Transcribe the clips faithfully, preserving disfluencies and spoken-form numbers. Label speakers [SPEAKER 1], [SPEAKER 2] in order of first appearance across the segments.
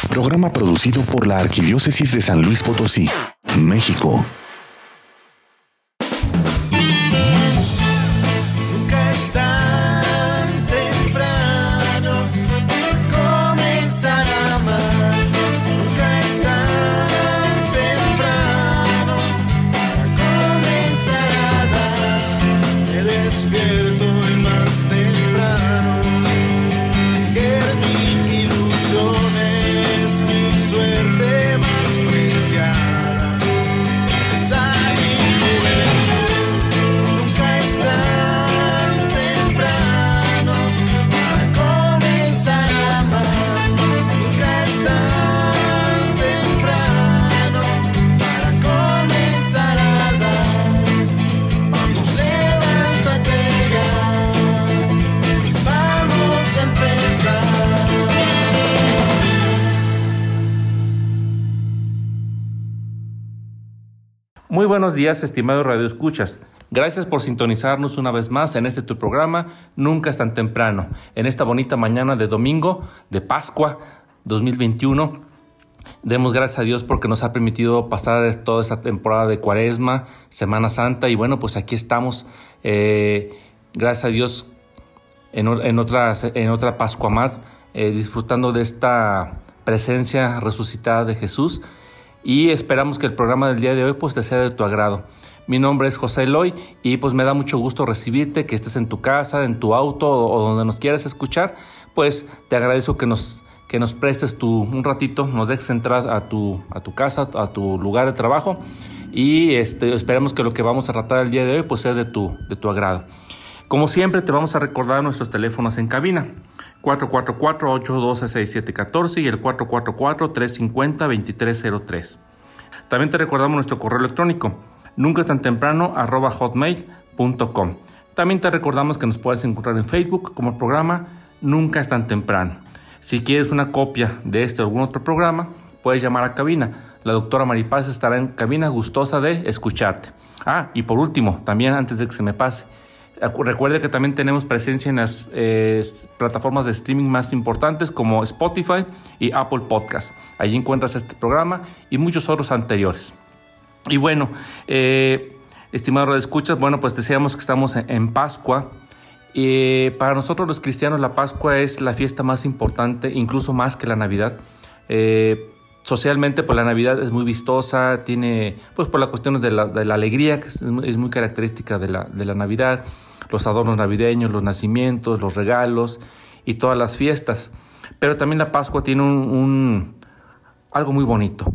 [SPEAKER 1] Programa producido por la Arquidiócesis de San Luis Potosí, México.
[SPEAKER 2] Muy buenos días, estimados radioescuchas. Gracias por sintonizarnos una vez más en este tu programa Nunca es tan temprano, en esta bonita mañana de domingo de Pascua dos mil veintiuno. Demos gracias a Dios porque nos ha permitido pasar toda esta temporada de Cuaresma, Semana Santa, y bueno, pues aquí estamos, eh, gracias a Dios, en, en, otra, en otra Pascua más, eh, disfrutando de esta presencia resucitada de Jesús. Y esperamos que el programa del día de hoy pues te sea de tu agrado. Mi nombre es José Eloy y pues me da mucho gusto recibirte, que estés en tu casa, en tu auto o, o donde nos quieras escuchar. Pues te agradezco que nos, que nos prestes tu, un ratito, nos dejes entrar a tu, a tu casa, a tu lugar de trabajo, y este, esperamos que lo que vamos a tratar el día de hoy pues sea de tu, de tu agrado. Como siempre te vamos a recordar nuestros teléfonos en cabina: cuatro cuatro cuatro, ocho uno dos, seis siete uno cuatro y el cuatro cuatro cuatro, tres cinco cero, dos tres cero tres. También te recordamos nuestro correo electrónico, nunca es tan temprano arroba hotmail punto com. También te recordamos que nos puedes encontrar en Facebook como el programa Nunca es tan temprano. Si quieres una copia de este o algún otro programa, puedes llamar a cabina. La doctora Maripaz estará en cabina, gustosa de escucharte. Ah, y por último, también antes de que se me pase, recuerde que también tenemos presencia en las eh, plataformas de streaming más importantes como Spotify y Apple Podcast. Allí encuentras este programa y muchos otros anteriores. Y bueno, eh, estimados radioescuchas, bueno, pues decíamos que estamos en, en Pascua. Eh, para nosotros los cristianos la Pascua es la fiesta más importante, incluso más que la Navidad. Eh, Socialmente, pues la Navidad es muy vistosa, tiene, pues por las cuestiones de la, de la alegría, que es muy, es muy característica de la, de la Navidad, los adornos navideños, los nacimientos, los regalos y todas las fiestas. Pero también la Pascua tiene un, un algo muy bonito.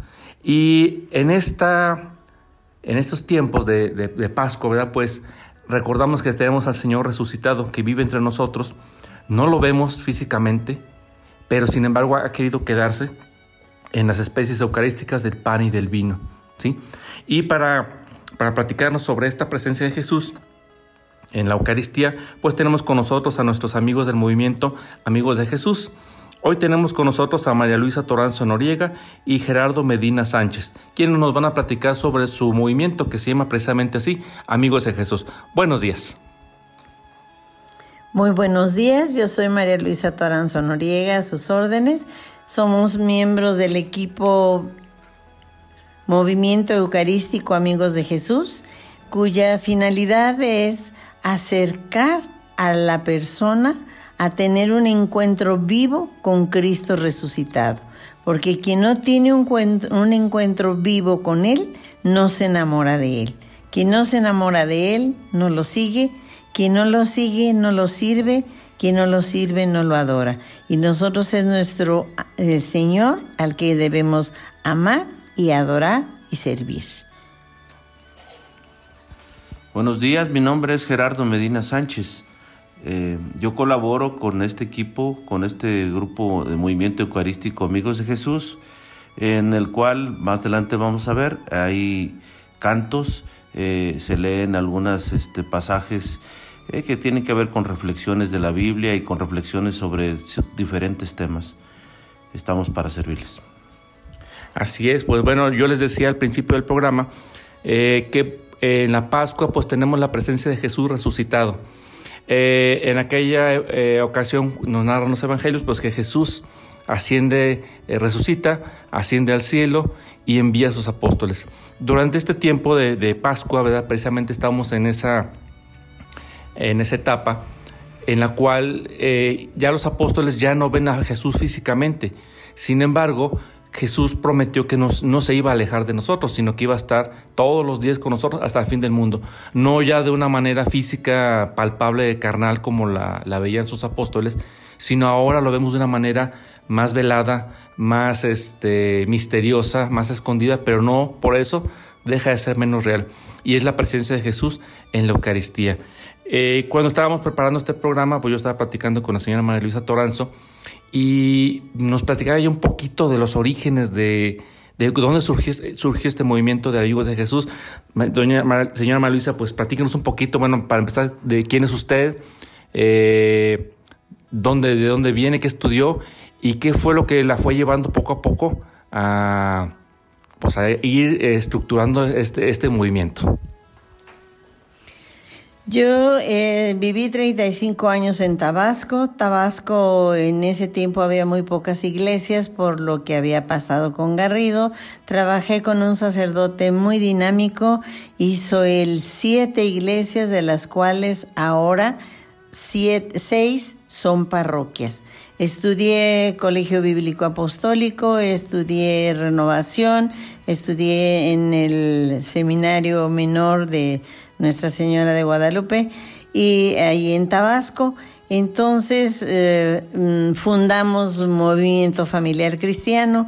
[SPEAKER 2] Y en esta, en estos tiempos de, de, de Pascua, ¿verdad? Pues recordamos que tenemos al Señor resucitado que vive entre nosotros. No lo vemos físicamente, pero sin embargo ha querido quedarse en las especies eucarísticas del pan y del vino, ¿sí? Y para, para platicarnos sobre esta presencia de Jesús en la Eucaristía, pues tenemos con nosotros a nuestros amigos del movimiento Amigos de Jesús. Hoy tenemos con nosotros a María Luisa Toranzo Noriega y Gerardo Medina Sánchez, quienes nos van a platicar sobre su movimiento que se llama precisamente así, Amigos de Jesús. Buenos días.
[SPEAKER 3] Muy buenos días, yo soy María Luisa Toranzo Noriega, a sus órdenes. Somos miembros del equipo Movimiento Eucarístico Amigos de Jesús, cuya finalidad es acercar a la persona a tener un encuentro vivo con Cristo resucitado. Porque quien no tiene un encuentro, un encuentro vivo con Él, no se enamora de Él. Quien no se enamora de Él, no lo sigue. Quien no lo sigue, no lo sirve. Quien no lo sirve, no lo adora. Y nosotros es nuestro el Señor al que debemos amar y adorar y servir.
[SPEAKER 4] Buenos días, mi nombre es Gerardo Medina Sánchez. Eh, yo colaboro con este equipo, con este grupo de Movimiento Eucarístico Amigos de Jesús, en el cual más adelante vamos a ver, hay cantos, eh, se leen algunos este, pasajes Eh, que tienen que ver con reflexiones de la Biblia y con reflexiones sobre diferentes temas. Estamos para servirles.
[SPEAKER 2] Así es, pues bueno, yo les decía al principio del programa eh, que eh, en la Pascua pues tenemos la presencia de Jesús resucitado. Eh, en aquella eh, ocasión nos narran los evangelios pues que Jesús asciende, eh, resucita, asciende al cielo y envía a sus apóstoles. Durante este tiempo de, de Pascua, ¿verdad? Precisamente estamos en esa, en esa etapa en la cual eh, ya los apóstoles ya no ven a Jesús físicamente. Sin embargo, Jesús prometió que nos, no se iba a alejar de nosotros, sino que iba a estar todos los días con nosotros hasta el fin del mundo. No ya de una manera física, palpable, carnal, como la, la veían sus apóstoles, sino ahora lo vemos de una manera más velada, más este, misteriosa, más escondida, pero no por eso deja de ser menos real. Y es la presencia de Jesús en la Eucaristía. Eh, cuando estábamos preparando este programa, pues yo estaba platicando con la señora María Luisa Toranzo y nos platicaba ya un poquito de los orígenes de, de dónde surgió, surgió este movimiento de Amigos de Jesús. Doña señora María Luisa, pues platíquenos un poquito, bueno, para empezar, de quién es usted, eh, dónde, de dónde viene, qué estudió y qué fue lo que la fue llevando poco a poco a, pues a ir estructurando este, este movimiento.
[SPEAKER 3] Yo eh, viví treinta y cinco años en Tabasco. Tabasco en ese tiempo había muy pocas iglesias por lo que había pasado con Garrido. Trabajé con un sacerdote muy dinámico. Hizo él siete iglesias, de las cuales ahora siete, seis son parroquias. Estudié Colegio Bíblico Apostólico, estudié Renovación, estudié en el Seminario Menor de Nuestra Señora de Guadalupe y ahí en Tabasco. Entonces eh, fundamos un movimiento familiar cristiano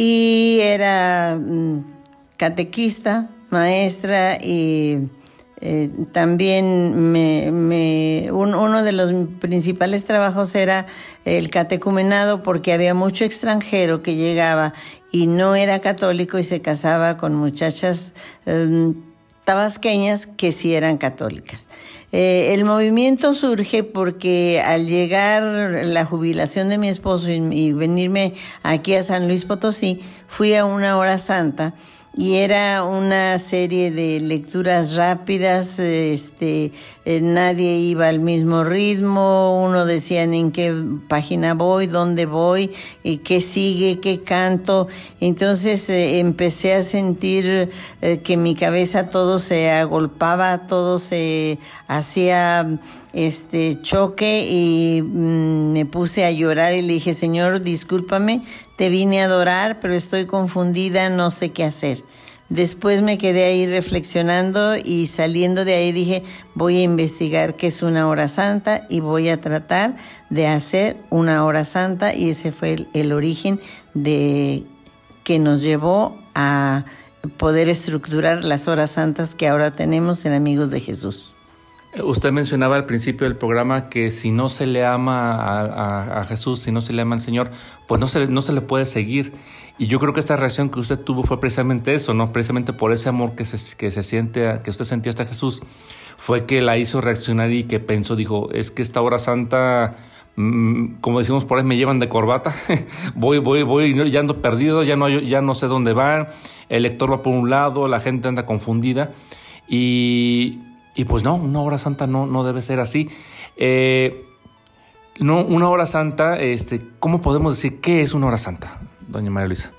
[SPEAKER 3] y era mm, catequista, maestra y eh, también me, me, un, uno de los principales trabajos era el catecumenado, porque había mucho extranjero que llegaba y no era católico y se casaba con muchachas eh, tabasqueñas que sí eran católicas. Eh, el movimiento surge porque al llegar la jubilación de mi esposo y, y venirme aquí a San Luis Potosí, fui a una hora santa y era una serie de lecturas rápidas, este, eh, nadie iba al mismo ritmo, uno decía en qué página voy, dónde voy, y qué sigue, qué canto. Entonces eh, empecé a sentir eh, que mi cabeza todo se agolpaba, todo se hacía este choque y mm, me puse a llorar y le dije: Señor, discúlpame, te vine a adorar, pero estoy confundida, no sé qué hacer. Después me quedé ahí reflexionando y saliendo de ahí dije: voy a investigar qué es una hora santa y voy a tratar de hacer una hora santa, y ese fue el, el origen de que nos llevó a poder estructurar las horas santas que ahora tenemos en Amigos de Jesús.
[SPEAKER 2] Usted mencionaba al principio del programa que si no se le ama a, a, a Jesús, si no se le ama al Señor, pues no se, no se le puede seguir. Y yo creo que esta reacción que usted tuvo fue precisamente eso, ¿no? Precisamente por ese amor que se, que se siente, que usted sentía hasta Jesús, fue que la hizo reaccionar y que pensó, dijo, es que esta hora santa, mmm, como decimos por ahí, me llevan de corbata, voy, voy, voy, ya ando perdido, ya no, ya no sé dónde van, el lector va por un lado, la gente anda confundida, y... Y pues no, una hora santa no, no debe ser así. Eh, no, una hora santa, este, ¿cómo podemos decir qué es una hora santa, doña María Luisa?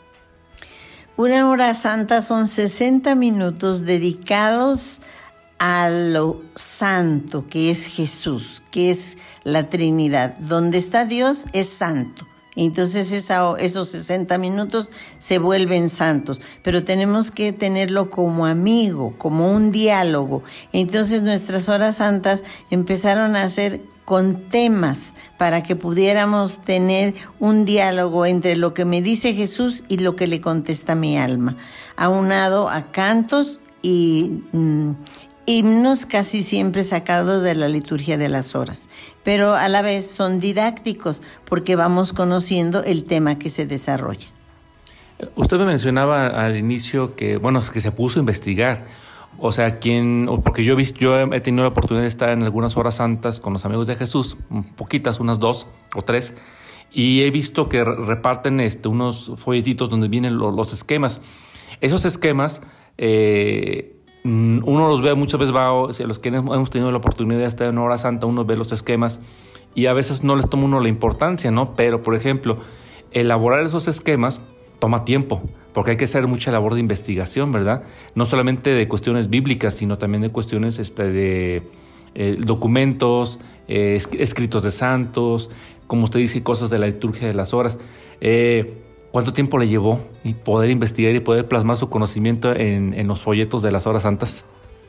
[SPEAKER 3] Una hora santa son sesenta minutos dedicados a lo santo, que es Jesús, que es la Trinidad. Donde está Dios es santo. Entonces esa, esos sesenta minutos se vuelven santos, pero tenemos que tenerlo como amigo, como un diálogo. Entonces nuestras horas santas empezaron a ser con temas para que pudiéramos tener un diálogo entre lo que me dice Jesús y lo que le contesta mi alma, aunado a cantos y mm, himnos casi siempre sacados de la liturgia de las horas, pero a la vez son didácticos porque vamos conociendo el tema que se desarrolla.
[SPEAKER 2] Usted me mencionaba al inicio que, bueno, que se puso a investigar, o sea, quién, porque yo he visto, yo he tenido la oportunidad de estar en algunas horas santas con los Amigos de Jesús, poquitas, unas dos o tres, y he visto que reparten este, unos folletitos donde vienen los, los esquemas. Esos esquemas, eh, uno los ve muchas veces, va, o sea, los que hemos tenido la oportunidad de estar en hora santa, uno ve los esquemas y a veces no les toma uno la importancia, ¿no? Pero, por ejemplo, elaborar esos esquemas toma tiempo, porque hay que hacer mucha labor de investigación, ¿verdad? No solamente de cuestiones bíblicas, sino también de cuestiones este, de eh, documentos, eh, escritos de santos, como usted dice, cosas de la liturgia de las horas. Eh, ¿Cuánto tiempo le llevó y poder investigar y poder plasmar su conocimiento en, en los folletos de las horas santas?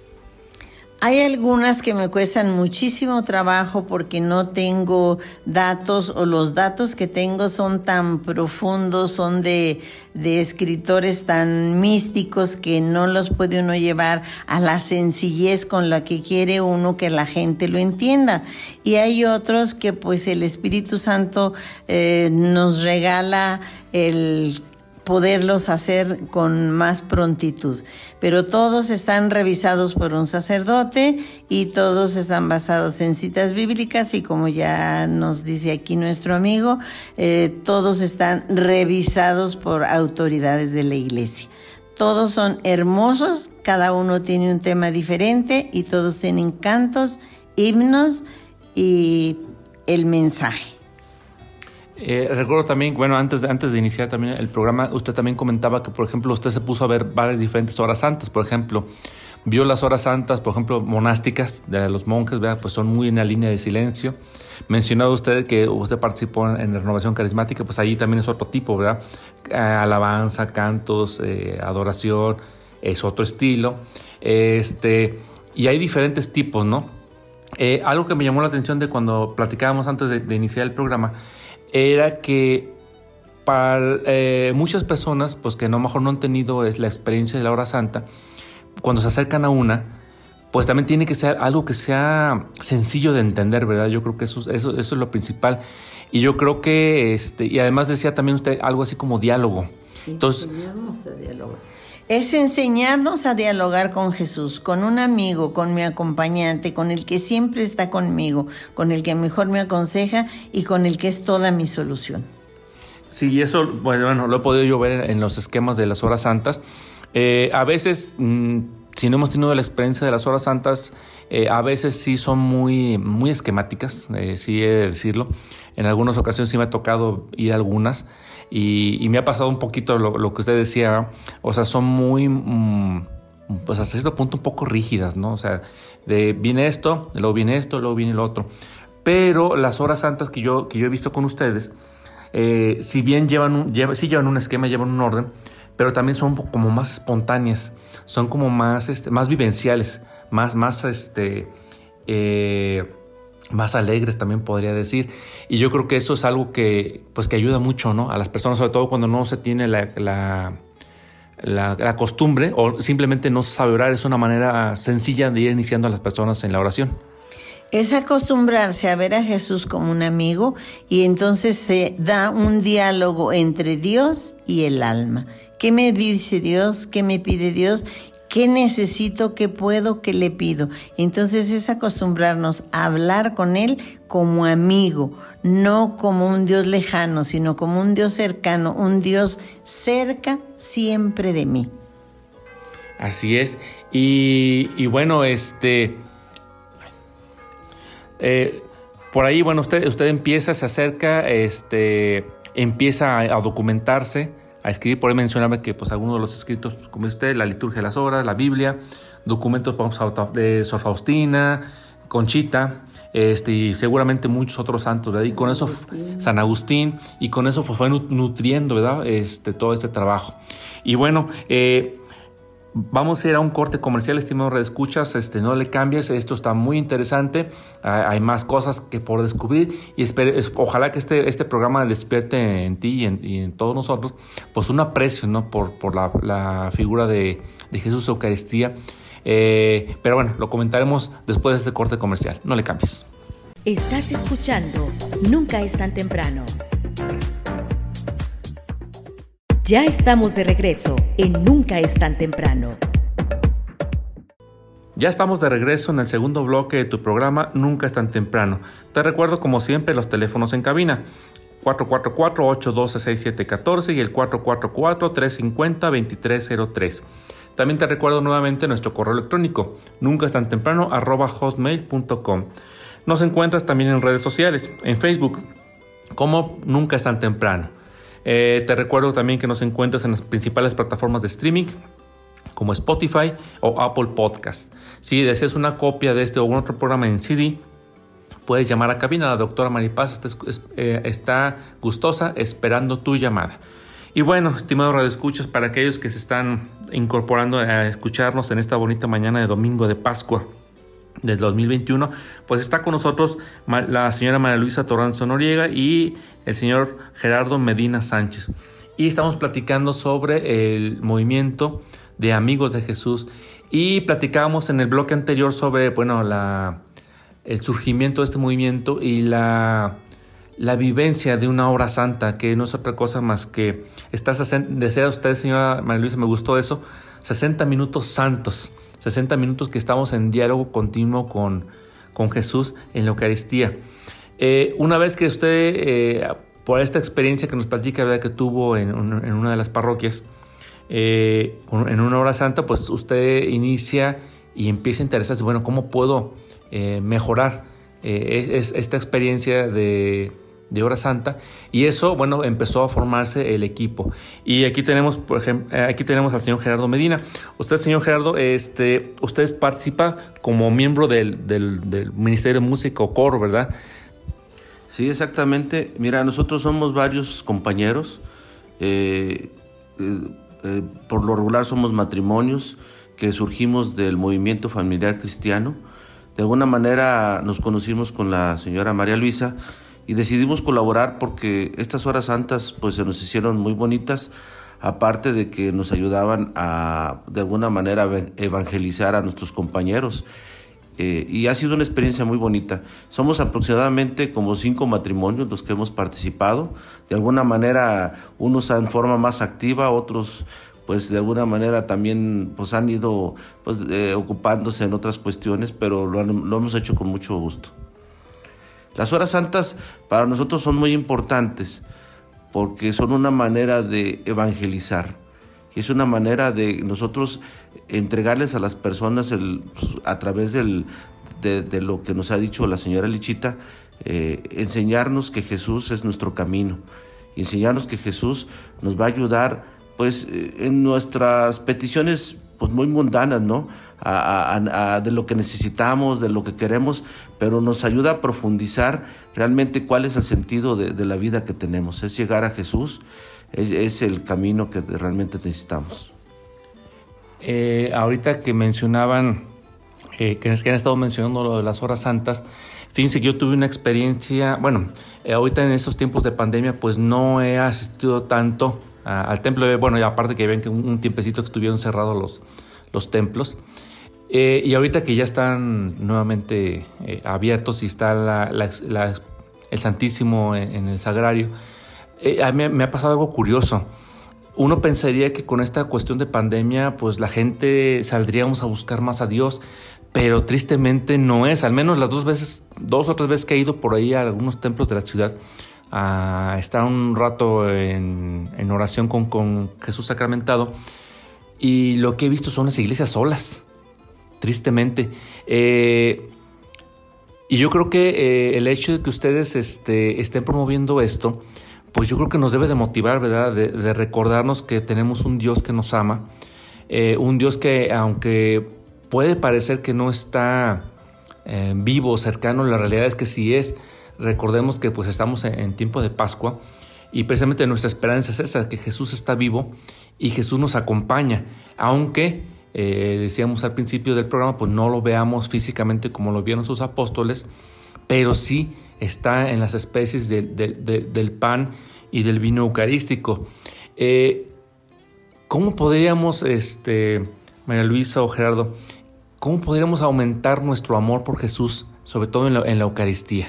[SPEAKER 3] Hay algunas que me cuestan muchísimo trabajo porque no tengo datos, o los datos que tengo son tan profundos, son de, de escritores tan místicos que no los puede uno llevar a la sencillez con la que quiere uno que la gente lo entienda. Y hay otros que pues el Espíritu Santo eh, nos regala el poderlos hacer con más prontitud. Pero todos están revisados por un sacerdote y todos están basados en citas bíblicas y, como ya nos dice aquí nuestro amigo, eh, todos están revisados por autoridades de la iglesia. Todos son hermosos, cada uno tiene un tema diferente y todos tienen cantos, himnos y el mensaje.
[SPEAKER 2] Eh, recuerdo también, bueno, antes de, antes de iniciar también el programa, usted también comentaba que, por ejemplo, usted se puso a ver varias diferentes horas santas. Por ejemplo, vio las horas santas, por ejemplo, monásticas de los monjes, ¿verdad? Pues son muy en la línea de silencio. Mencionaba usted que usted participó en, en Renovación Carismática, pues allí también es otro tipo, ¿verdad? Eh, alabanza, cantos, eh, adoración, es otro estilo. Este, y hay diferentes tipos, ¿no? Eh, algo que me llamó la atención de cuando platicábamos antes de, de iniciar el programa era que para eh, muchas personas, pues que a lo mejor no han tenido es la experiencia de la hora santa, cuando se acercan a una, pues también tiene que ser algo que sea sencillo de entender, ¿verdad? Yo creo que eso, eso, eso es lo principal. Y yo creo que, este, y además decía también usted algo así como diálogo. Entonces,
[SPEAKER 3] enseñarnos a dialogar. Es enseñarnos a dialogar con Jesús, con un amigo, con mi acompañante, con el que siempre está conmigo, con el que mejor me aconseja y con el que es toda mi solución.
[SPEAKER 2] Sí, y eso, pues, bueno, lo he podido yo ver en los esquemas de las horas santas. Eh, a veces, mmm, si no hemos tenido la experiencia de las horas santas, eh, a veces sí son muy, muy esquemáticas, eh, sí he de decirlo. En algunas ocasiones sí me ha tocado ir a algunas. Y, y me ha pasado un poquito lo, lo que usted decía, o sea, son muy, mmm, pues hasta cierto punto un poco rígidas, ¿no? O sea, de viene esto, luego viene esto, luego viene lo otro. Pero las horas santas que yo, que yo he visto con ustedes, eh, si bien llevan un, lleva, sí llevan un esquema, llevan un orden, pero también son como más espontáneas, son como más, este, más vivenciales, más, más, este, eh, más alegres también podría decir. Y yo creo que eso es algo que, pues, que ayuda mucho, ¿no? A las personas, sobre todo cuando no se tiene la, la, la, la costumbre o simplemente no se sabe orar. Es una manera sencilla de ir iniciando a las personas en la oración.
[SPEAKER 3] Es acostumbrarse a ver a Jesús como un amigo y entonces se da un diálogo entre Dios y el alma. ¿Qué me dice Dios? ¿Qué me pide Dios? ¿Qué necesito? ¿Qué puedo? ¿Qué le pido? Entonces es acostumbrarnos a hablar con Él como amigo, no como un Dios lejano, sino como un Dios cercano, un Dios cerca siempre de mí.
[SPEAKER 2] Así es. Y, y bueno, este... Eh, por ahí, bueno, usted, usted empieza, se acerca, este, empieza a, a documentarse, a escribir. Por ahí mencionaba que pues algunos de los escritos, como usted, la liturgia de las horas, la Biblia, documentos de Sor Faustina, Conchita, este, y seguramente muchos otros santos, ¿verdad? Y con eso, San Agustín, y con eso pues, fue nutriendo, ¿verdad? Este, todo este trabajo. Y bueno, eh, vamos a ir a un corte comercial, estimados redescuchas, este, no le cambies, esto está muy interesante, hay más cosas que por descubrir y espero, es, ojalá que este, este programa despierte en ti y en, y en todos nosotros pues un aprecio, ¿no? por, por la, la figura de, de Jesús Eucaristía, eh, pero bueno, lo comentaremos después de este corte comercial, no le cambies.
[SPEAKER 5] Estás escuchando Nunca es tan temprano. Ya estamos de regreso en Nunca es tan temprano.
[SPEAKER 2] Ya estamos de regreso en el segundo bloque de tu programa Nunca es tan temprano. Te recuerdo como siempre los teléfonos en cabina cuatro cuatro cuatro, ocho uno dos, seis siete uno cuatro y el cuatro cuatro cuatro, tres cinco cero, dos tres cero tres. También te recuerdo nuevamente nuestro correo electrónico nunca es tan temprano arroba hotmail punto com. Nos encuentras también en redes sociales, en Facebook como Nunca es tan temprano. Eh, te recuerdo también que nos encuentras en las principales plataformas de streaming como Spotify o Apple Podcast. Si deseas una copia de este o un otro programa en C D, puedes llamar a cabina. La doctora Maripaz está, eh, está gustosa esperando tu llamada. Y bueno, estimados radioescuchas, para aquellos que se están incorporando a escucharnos en esta bonita mañana de domingo de Pascua del dos mil veintiuno, pues está con nosotros la señora María Luisa Toranzo Noriega y el señor Gerardo Medina Sánchez. Y estamos platicando sobre el movimiento de Amigos de Jesús. Y platicábamos en el bloque anterior sobre, bueno, la, el surgimiento de este movimiento y la, la vivencia de una hora santa, que no es otra cosa más que, estás, desea usted, señora María Luisa, me gustó eso, sesenta minutos santos. sesenta minutos que estamos en diálogo continuo con, con Jesús en la Eucaristía. Eh, una vez que usted, eh, por esta experiencia que nos platica, ¿verdad?, que tuvo en, un, en una de las parroquias, eh, en una hora santa, pues usted inicia y empieza a interesarse, bueno, ¿cómo puedo eh, mejorar eh, es, esta experiencia de... de hora santa? Y eso, bueno, empezó a formarse el equipo. Y aquí tenemos, por ejemplo, aquí tenemos al señor Gerardo Medina. Usted, señor Gerardo, este, usted participa como miembro del, del, del Ministerio de Música o Coro, ¿verdad?
[SPEAKER 4] Sí, exactamente. Mira, nosotros somos varios compañeros. Eh, eh, eh, por lo regular somos matrimonios que surgimos del movimiento familiar cristiano. De alguna manera nos conocimos con la señora María Luisa y decidimos colaborar porque estas horas santas pues se nos hicieron muy bonitas, aparte de que nos ayudaban a de alguna manera evangelizar a nuestros compañeros. Eh, y ha sido una experiencia muy bonita. Somos aproximadamente como cinco matrimonios los que hemos participado. De alguna manera unos en forma más activa, otros pues de alguna manera también pues han ido pues, eh, ocupándose en otras cuestiones, pero lo, han, lo hemos hecho con mucho gusto. Las horas santas para nosotros son muy importantes porque son una manera de evangelizar y es una manera de nosotros entregarles a las personas el, pues, a través del, de, de lo que nos ha dicho la señora Lichita, eh, enseñarnos que Jesús es nuestro camino y enseñarnos que Jesús nos va a ayudar pues eh, en nuestras peticiones pues muy mundanas, ¿no? A, a, a, de lo que necesitamos, de lo que queremos, pero nos ayuda a profundizar realmente cuál es el sentido de, de la vida que tenemos. Es llegar a Jesús, es, es el camino que realmente necesitamos.
[SPEAKER 2] Eh, ahorita que mencionaban, eh, que, que han estado mencionando lo de las horas santas, fíjense que yo tuve una experiencia, bueno, eh, ahorita en esos tiempos de pandemia pues no he asistido tanto a, al templo, bueno, y aparte que ven que un, un tiempecito que estuvieron cerrados los, los templos. Eh, y ahorita que ya están nuevamente eh, abiertos y está la, la, la, el Santísimo en, en el Sagrario, eh, a mí me ha pasado algo curioso. Uno pensaría que con esta cuestión de pandemia, pues la gente saldríamos a buscar más a Dios, pero tristemente no es. Al menos las dos veces, dos o tres veces que he ido por ahí a algunos templos de la ciudad a estar un rato en, en oración con, con Jesús sacramentado, y lo que he visto son las iglesias solas. Tristemente. Eh, y yo creo que eh, el hecho de que ustedes este, estén promoviendo esto, pues yo creo que nos debe de motivar, ¿verdad? De, de recordarnos que tenemos un Dios que nos ama, eh, un Dios que, aunque puede parecer que no está eh, vivo, cercano, la realidad es que sí es. Recordemos que pues estamos en, en tiempo de Pascua y precisamente nuestra esperanza es esa, que Jesús está vivo y Jesús nos acompaña, aunque Eh, decíamos al principio del programa, pues no lo veamos físicamente como lo vieron sus apóstoles, pero sí está en las especies de, de, de, del pan y del vino eucarístico. Eh, ¿Cómo podríamos, este, María Luisa o Gerardo, cómo podríamos aumentar nuestro amor por Jesús, sobre todo en la, en la Eucaristía?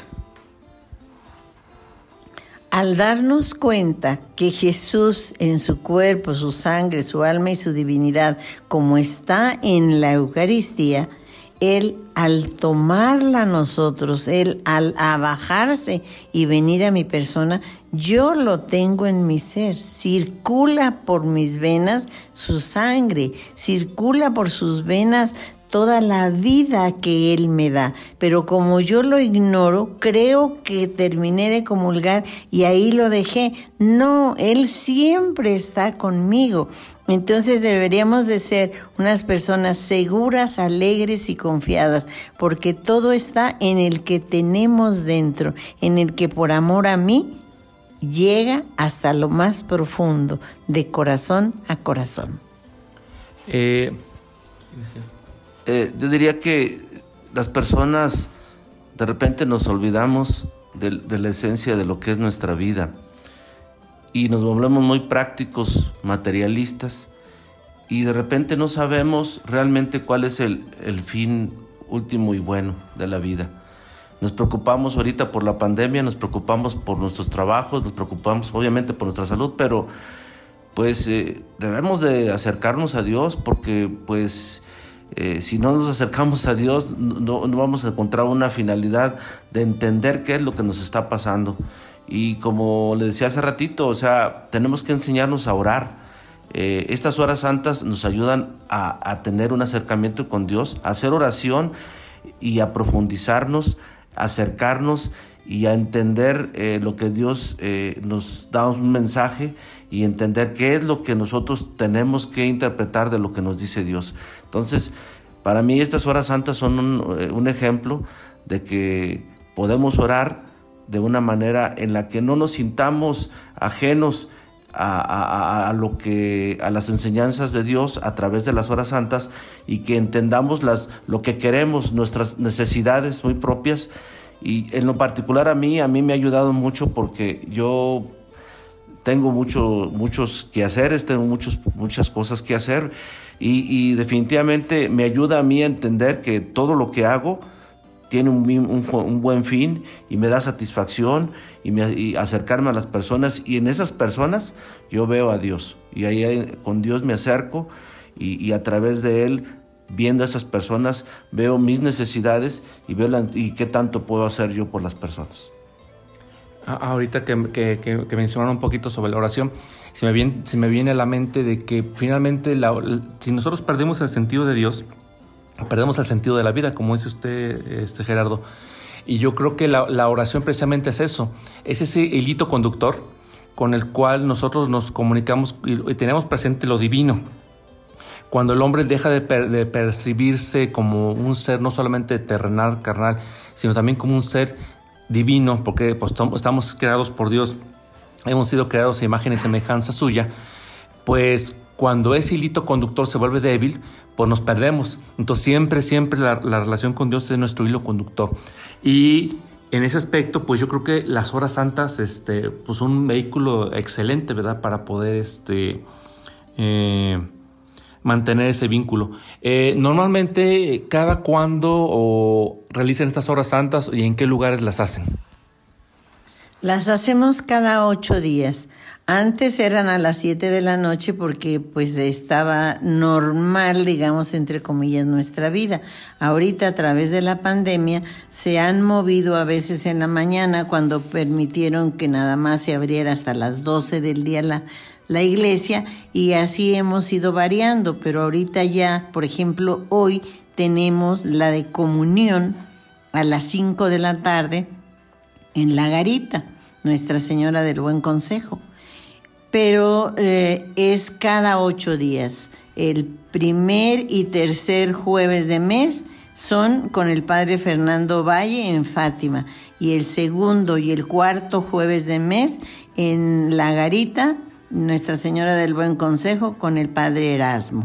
[SPEAKER 3] Al darnos cuenta que Jesús en su cuerpo, su sangre, su alma y su divinidad, como está en la Eucaristía, Él al tomarla a nosotros, Él al abajarse y venir a mi persona, yo lo tengo en mi ser. Circula por mis venas su sangre, circula por sus venas toda la vida que Él me da. Pero como yo lo ignoro, creo que terminé de comulgar y ahí lo dejé. No, Él siempre está conmigo. Entonces deberíamos de ser unas personas seguras, alegres y confiadas, porque todo está en el que tenemos dentro, en el que por amor a mí llega hasta lo más profundo, de corazón a corazón.
[SPEAKER 2] Eh,
[SPEAKER 4] eh, yo diría que las personas de repente nos olvidamos de, de la esencia de lo que es nuestra vida y nos volvemos muy prácticos, materialistas, y de repente no sabemos realmente cuál es el, el fin último y bueno de la vida. Nos preocupamos ahorita por la pandemia, nos preocupamos por nuestros trabajos, nos preocupamos obviamente por nuestra salud, pero pues eh, debemos de acercarnos a Dios, porque pues eh, si no nos acercamos a Dios no, no vamos a encontrar una finalidad de entender qué es lo que nos está pasando. Y como le decía hace ratito, o sea, tenemos que enseñarnos a orar. Eh, estas horas santas nos ayudan a, a tener un acercamiento con Dios, a hacer oración y a profundizarnos, acercarnos y a entender eh, lo que Dios eh, nos da un mensaje, y entender qué es lo que nosotros tenemos que interpretar de lo que nos dice Dios. Entonces, para mí estas horas santas son un, un ejemplo de que podemos orar de una manera en la que no nos sintamos ajenos a, a, a, lo que, a las enseñanzas de Dios a través de las horas santas, y que entendamos las, lo que queremos, nuestras necesidades muy propias. Y en lo particular a mí, a mí me ha ayudado mucho, porque yo tengo mucho, muchos quehaceres, tengo muchos, muchas cosas que hacer, y, y definitivamente me ayuda a mí a entender que todo lo que hago tiene un, un, un buen fin y me da satisfacción, y, me, y acercarme a las personas, y en esas personas yo veo a Dios, y ahí con Dios me acerco, y, y a través de Él, viendo a esas personas, veo mis necesidades y veo la, y qué tanto puedo hacer yo por las personas.
[SPEAKER 2] Ahorita que, que, que, que mencionaron un poquito sobre la oración, se me viene, se me viene a la mente de que finalmente la, si nosotros perdemos el sentido de Dios, perdemos el sentido de la vida, como dice usted, este Gerardo. Y yo creo que la, la oración precisamente es eso, es ese hilito conductor con el cual nosotros nos comunicamos y, y tenemos presente lo divino. Cuando el hombre deja de, per, de percibirse como un ser no solamente terrenal, carnal, sino también como un ser divino, porque pues, estamos creados por Dios, hemos sido creados a imagen y semejanza suya, pues cuando ese hilito conductor se vuelve débil, pues nos perdemos. Entonces siempre, siempre la, la relación con Dios es nuestro hilo conductor. Y en ese aspecto, pues yo creo que las horas santas este, pues son un vehículo excelente, ¿verdad? Para poder este, eh, mantener ese vínculo. Eh, normalmente, ¿cada cuándo o realizan estas horas santas y en qué lugares las hacen?
[SPEAKER 3] Las hacemos cada ocho días. Antes eran a las siete de la noche porque pues estaba normal, digamos, entre comillas, nuestra vida. Ahorita a través de la pandemia se han movido a veces en la mañana, cuando permitieron que nada más se abriera hasta las doce del día la, la iglesia, y así hemos ido variando. Pero ahorita ya, por ejemplo, hoy tenemos la de comunión a las cinco de la tarde en la garita, Nuestra Señora del Buen Consejo. Pero eh, es cada ocho días. El primer y tercer jueves de mes son con el Padre Fernando Valle en Fátima, y el segundo y el cuarto jueves de mes en la garita, Nuestra Señora del Buen Consejo, con el Padre Erasmo.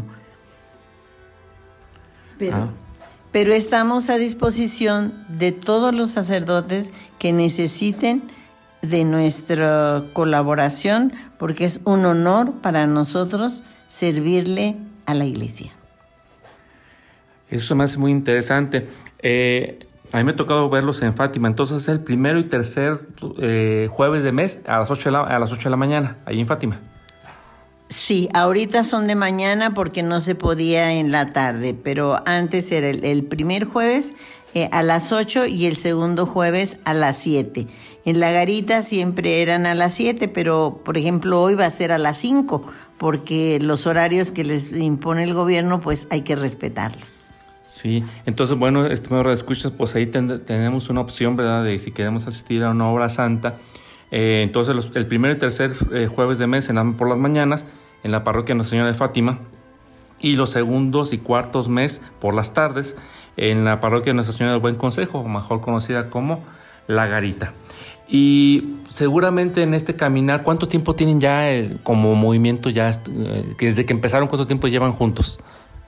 [SPEAKER 3] Pero, ah. pero estamos a disposición de todos los sacerdotes que necesiten de nuestra colaboración, porque es un honor para nosotros servirle a la iglesia.
[SPEAKER 2] Eso me hace muy interesante. Eh, a mí me ha tocado verlos en Fátima. Entonces es el primero y tercer eh, jueves de mes a las ocho de la, a las ocho de la mañana, ahí en Fátima.
[SPEAKER 3] Sí, ahorita son de mañana porque no se podía en la tarde, pero antes era el, el primer jueves eh, a las ocho y el segundo jueves a las siete. En la garita siempre eran a las siete, pero por ejemplo hoy va a ser a las cinco, porque los horarios que les impone el gobierno pues hay que respetarlos.
[SPEAKER 2] Sí, entonces, bueno, estimado radioescuchas, pues ahí ten, tenemos una opción, ¿verdad?, de si queremos asistir a una hora santa. Eh, entonces, los, el primer y tercer eh, jueves de mes en, por las mañanas en la parroquia Nuestra Señora de Fátima, y los segundos y cuartos mes por las tardes en la parroquia Nuestra Señora del Buen Consejo, mejor conocida como La Garita. Y seguramente en este caminar, ¿cuánto tiempo tienen ya el, como movimiento, ya eh, que desde que empezaron, cuánto tiempo llevan juntos?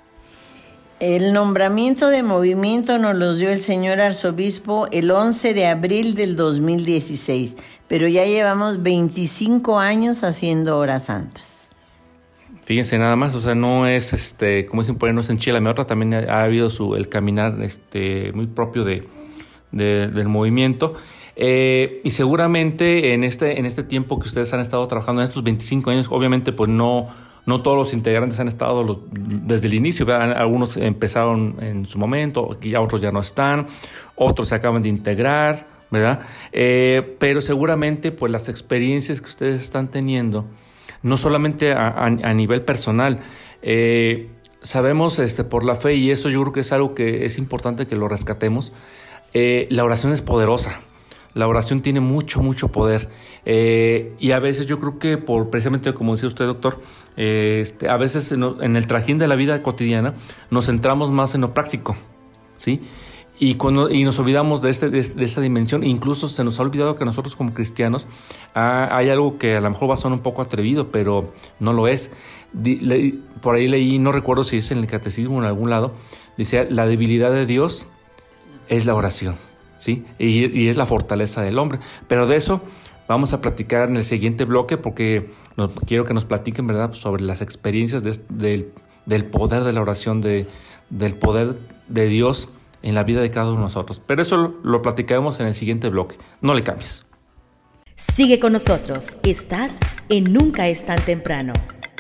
[SPEAKER 3] El nombramiento de movimiento nos los dio el señor arzobispo el once de abril del dos mil dieciséis, pero ya llevamos veinticinco años haciendo horas santas.
[SPEAKER 2] Fíjense nada más, o sea, no es, este, como dicen por ahí, no es enchila mi otra, también ha, ha habido su, el caminar este, muy propio de, de, del movimiento. Eh, y seguramente en este, en este tiempo que ustedes han estado trabajando, en estos veinticinco años, obviamente pues no, no todos los integrantes han estado los, desde el inicio, ¿verdad? Algunos empezaron en su momento, ya otros ya no están, otros se acaban de integrar, ¿verdad? Eh, pero seguramente pues las experiencias que ustedes están teniendo, no solamente a, a, a nivel personal, eh, sabemos este, por la fe, y eso yo creo que es algo que es importante que lo rescatemos, eh, la oración es poderosa. La oración tiene mucho, mucho poder. Eh, y a veces yo creo que, por precisamente como decía usted, doctor, eh, este, a veces en, en el trajín de la vida cotidiana nos centramos más en lo práctico, ¿sí? Y, cuando, y nos olvidamos de, este, de, de esta dimensión. Incluso se nos ha olvidado que nosotros como cristianos ah, hay algo que a lo mejor va a sonar un poco atrevido, pero no lo es. Di, le, por ahí leí, no recuerdo si es en el catecismo o en algún lado, dice, la debilidad de Dios es la oración. ¿Sí? Y, y es la fortaleza del hombre. Pero de eso vamos a platicar en el siguiente bloque, porque nos, quiero que nos platiquen, ¿verdad?, sobre las experiencias de, de, del poder de la oración, de, del poder de Dios en la vida de cada uno de nosotros. Pero eso lo, lo platicaremos en el siguiente bloque. No le cambies.
[SPEAKER 5] Sigue con nosotros. Estás en Nunca es tan temprano.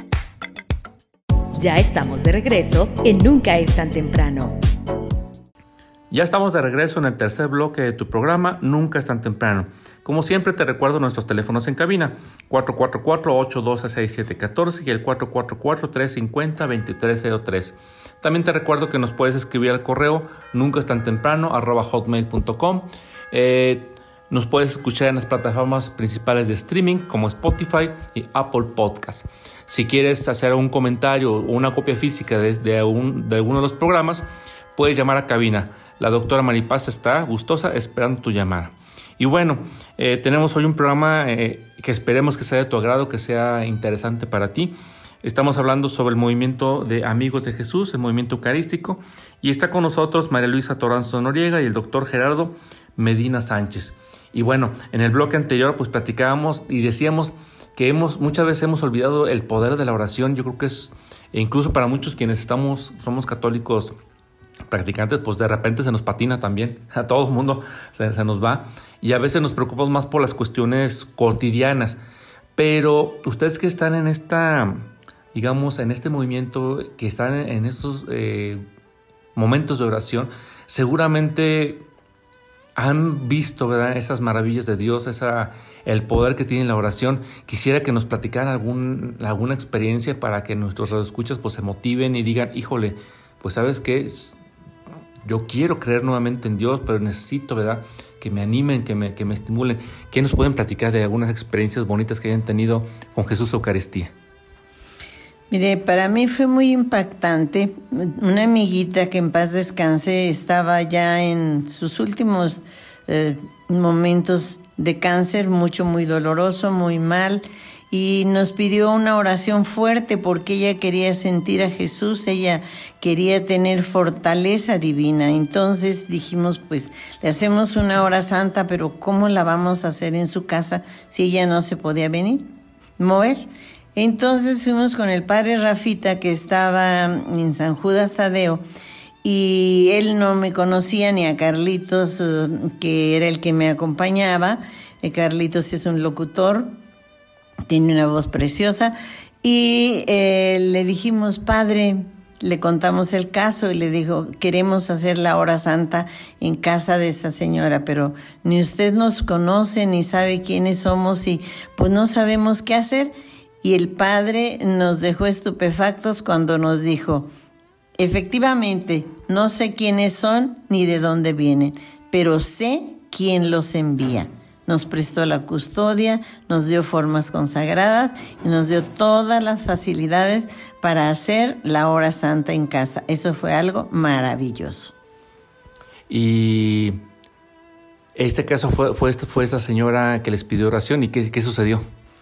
[SPEAKER 5] Ya estamos de regreso en Nunca es tan temprano.
[SPEAKER 2] Ya estamos de regreso en el tercer bloque de tu programa Nunca es tan temprano. Como siempre te recuerdo nuestros teléfonos en cabina, cuatro cuatro cuatro, ocho uno dos, seis siete uno cuatro y el cuatro cuatro cuatro, tres cinco cero, dos tres cero tres. También te recuerdo que nos puedes escribir al correo nunca es tan temprano arroba hotmail punto com. Eh, nos puedes escuchar en las plataformas principales de streaming como Spotify y Apple Podcast. Si quieres hacer un comentario o una copia física de, de, un, de alguno de los programas, puedes llamar a cabina. La doctora Maripaz está gustosa esperando tu llamada. Y bueno, eh, tenemos hoy un programa eh, que esperemos que sea de tu agrado, que sea interesante para ti. Estamos hablando sobre el movimiento de Amigos de Jesús, el movimiento eucarístico. Y está con nosotros María Luisa Toranzo Noriega y el doctor Gerardo Medina Sánchez. Y bueno, en el bloque anterior pues platicábamos y decíamos que hemos muchas veces hemos olvidado el poder de la oración. Yo creo que es, incluso para muchos quienes estamos somos católicos practicantes, pues de repente se nos patina también, a todo el mundo se, se nos va, y a veces nos preocupamos más por las cuestiones cotidianas. Pero ustedes que están en esta, digamos, en este movimiento, que están en, en estos eh, momentos de oración, seguramente han visto, ¿verdad?, esas maravillas de Dios, esa, el poder que tiene la oración. Quisiera que nos platicaran algún, alguna experiencia para que nuestros radioescuchas pues se motiven y digan, híjole, pues ¿sabes qué? Yo quiero creer nuevamente en Dios, pero necesito, ¿verdad?, que me animen, que me, que me estimulen. ¿Qué nos pueden platicar de algunas experiencias bonitas que hayan tenido con Jesús Eucaristía?
[SPEAKER 3] Mire, para mí fue muy impactante. Una amiguita que en paz descanse estaba ya en sus últimos eh, momentos de cáncer, mucho, muy doloroso, muy mal, y nos pidió una oración fuerte porque ella quería sentir a Jesús, ella quería tener fortaleza divina. Entonces dijimos, pues le hacemos una hora santa, pero ¿cómo la vamos a hacer en su casa si ella no se podía venir, mover? Entonces fuimos con el padre Rafita, que estaba en San Judas Tadeo, y él no me conocía, ni a Carlitos, que era el que me acompañaba. Carlitos es un locutor, tiene una voz preciosa, y eh, le dijimos, padre, le contamos el caso y le dijo, queremos hacer la hora santa en casa de esa señora, pero ni usted nos conoce, ni sabe quiénes somos, y pues no sabemos qué hacer. Y el padre nos dejó estupefactos cuando nos dijo, Efectivamente, no sé quiénes son ni de dónde vienen, pero sé quién los envía. Nos prestó la custodia, nos dio formas consagradas y nos dio todas las facilidades para hacer la hora santa en casa. Eso fue algo maravilloso.
[SPEAKER 2] Y este caso fue, fue, fue esta señora que les pidió oración. ¿Y qué, qué sucedió?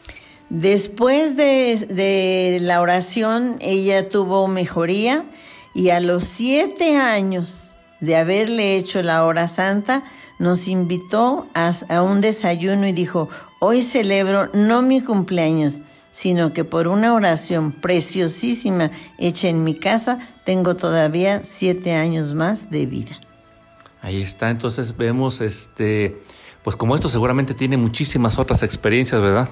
[SPEAKER 3] Después de, de la oración, ella tuvo mejoría y a los siete años de haberle hecho la hora santa, nos invitó a, a un desayuno y dijo, hoy celebro no mi cumpleaños, sino que por una oración preciosísima hecha en mi casa, tengo todavía siete años más de vida.
[SPEAKER 2] Ahí está, entonces vemos, este, pues como esto seguramente tiene muchísimas otras experiencias, ¿verdad?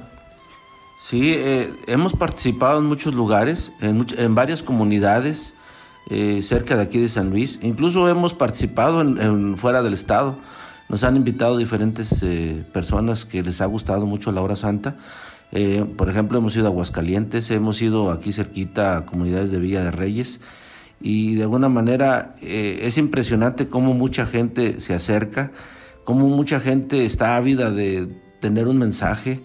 [SPEAKER 4] Sí, eh, hemos participado en muchos lugares, en, much- en varias comunidades eh, cerca de aquí de San Luis. Incluso hemos participado en, en fuera del estado. Nos han invitado diferentes eh, personas que les ha gustado mucho la hora santa. Eh, por ejemplo, hemos ido a Aguascalientes, hemos ido aquí cerquita a comunidades de Villa de Reyes. Y de alguna manera eh, es impresionante cómo mucha gente se acerca, cómo mucha gente está ávida de tener un mensaje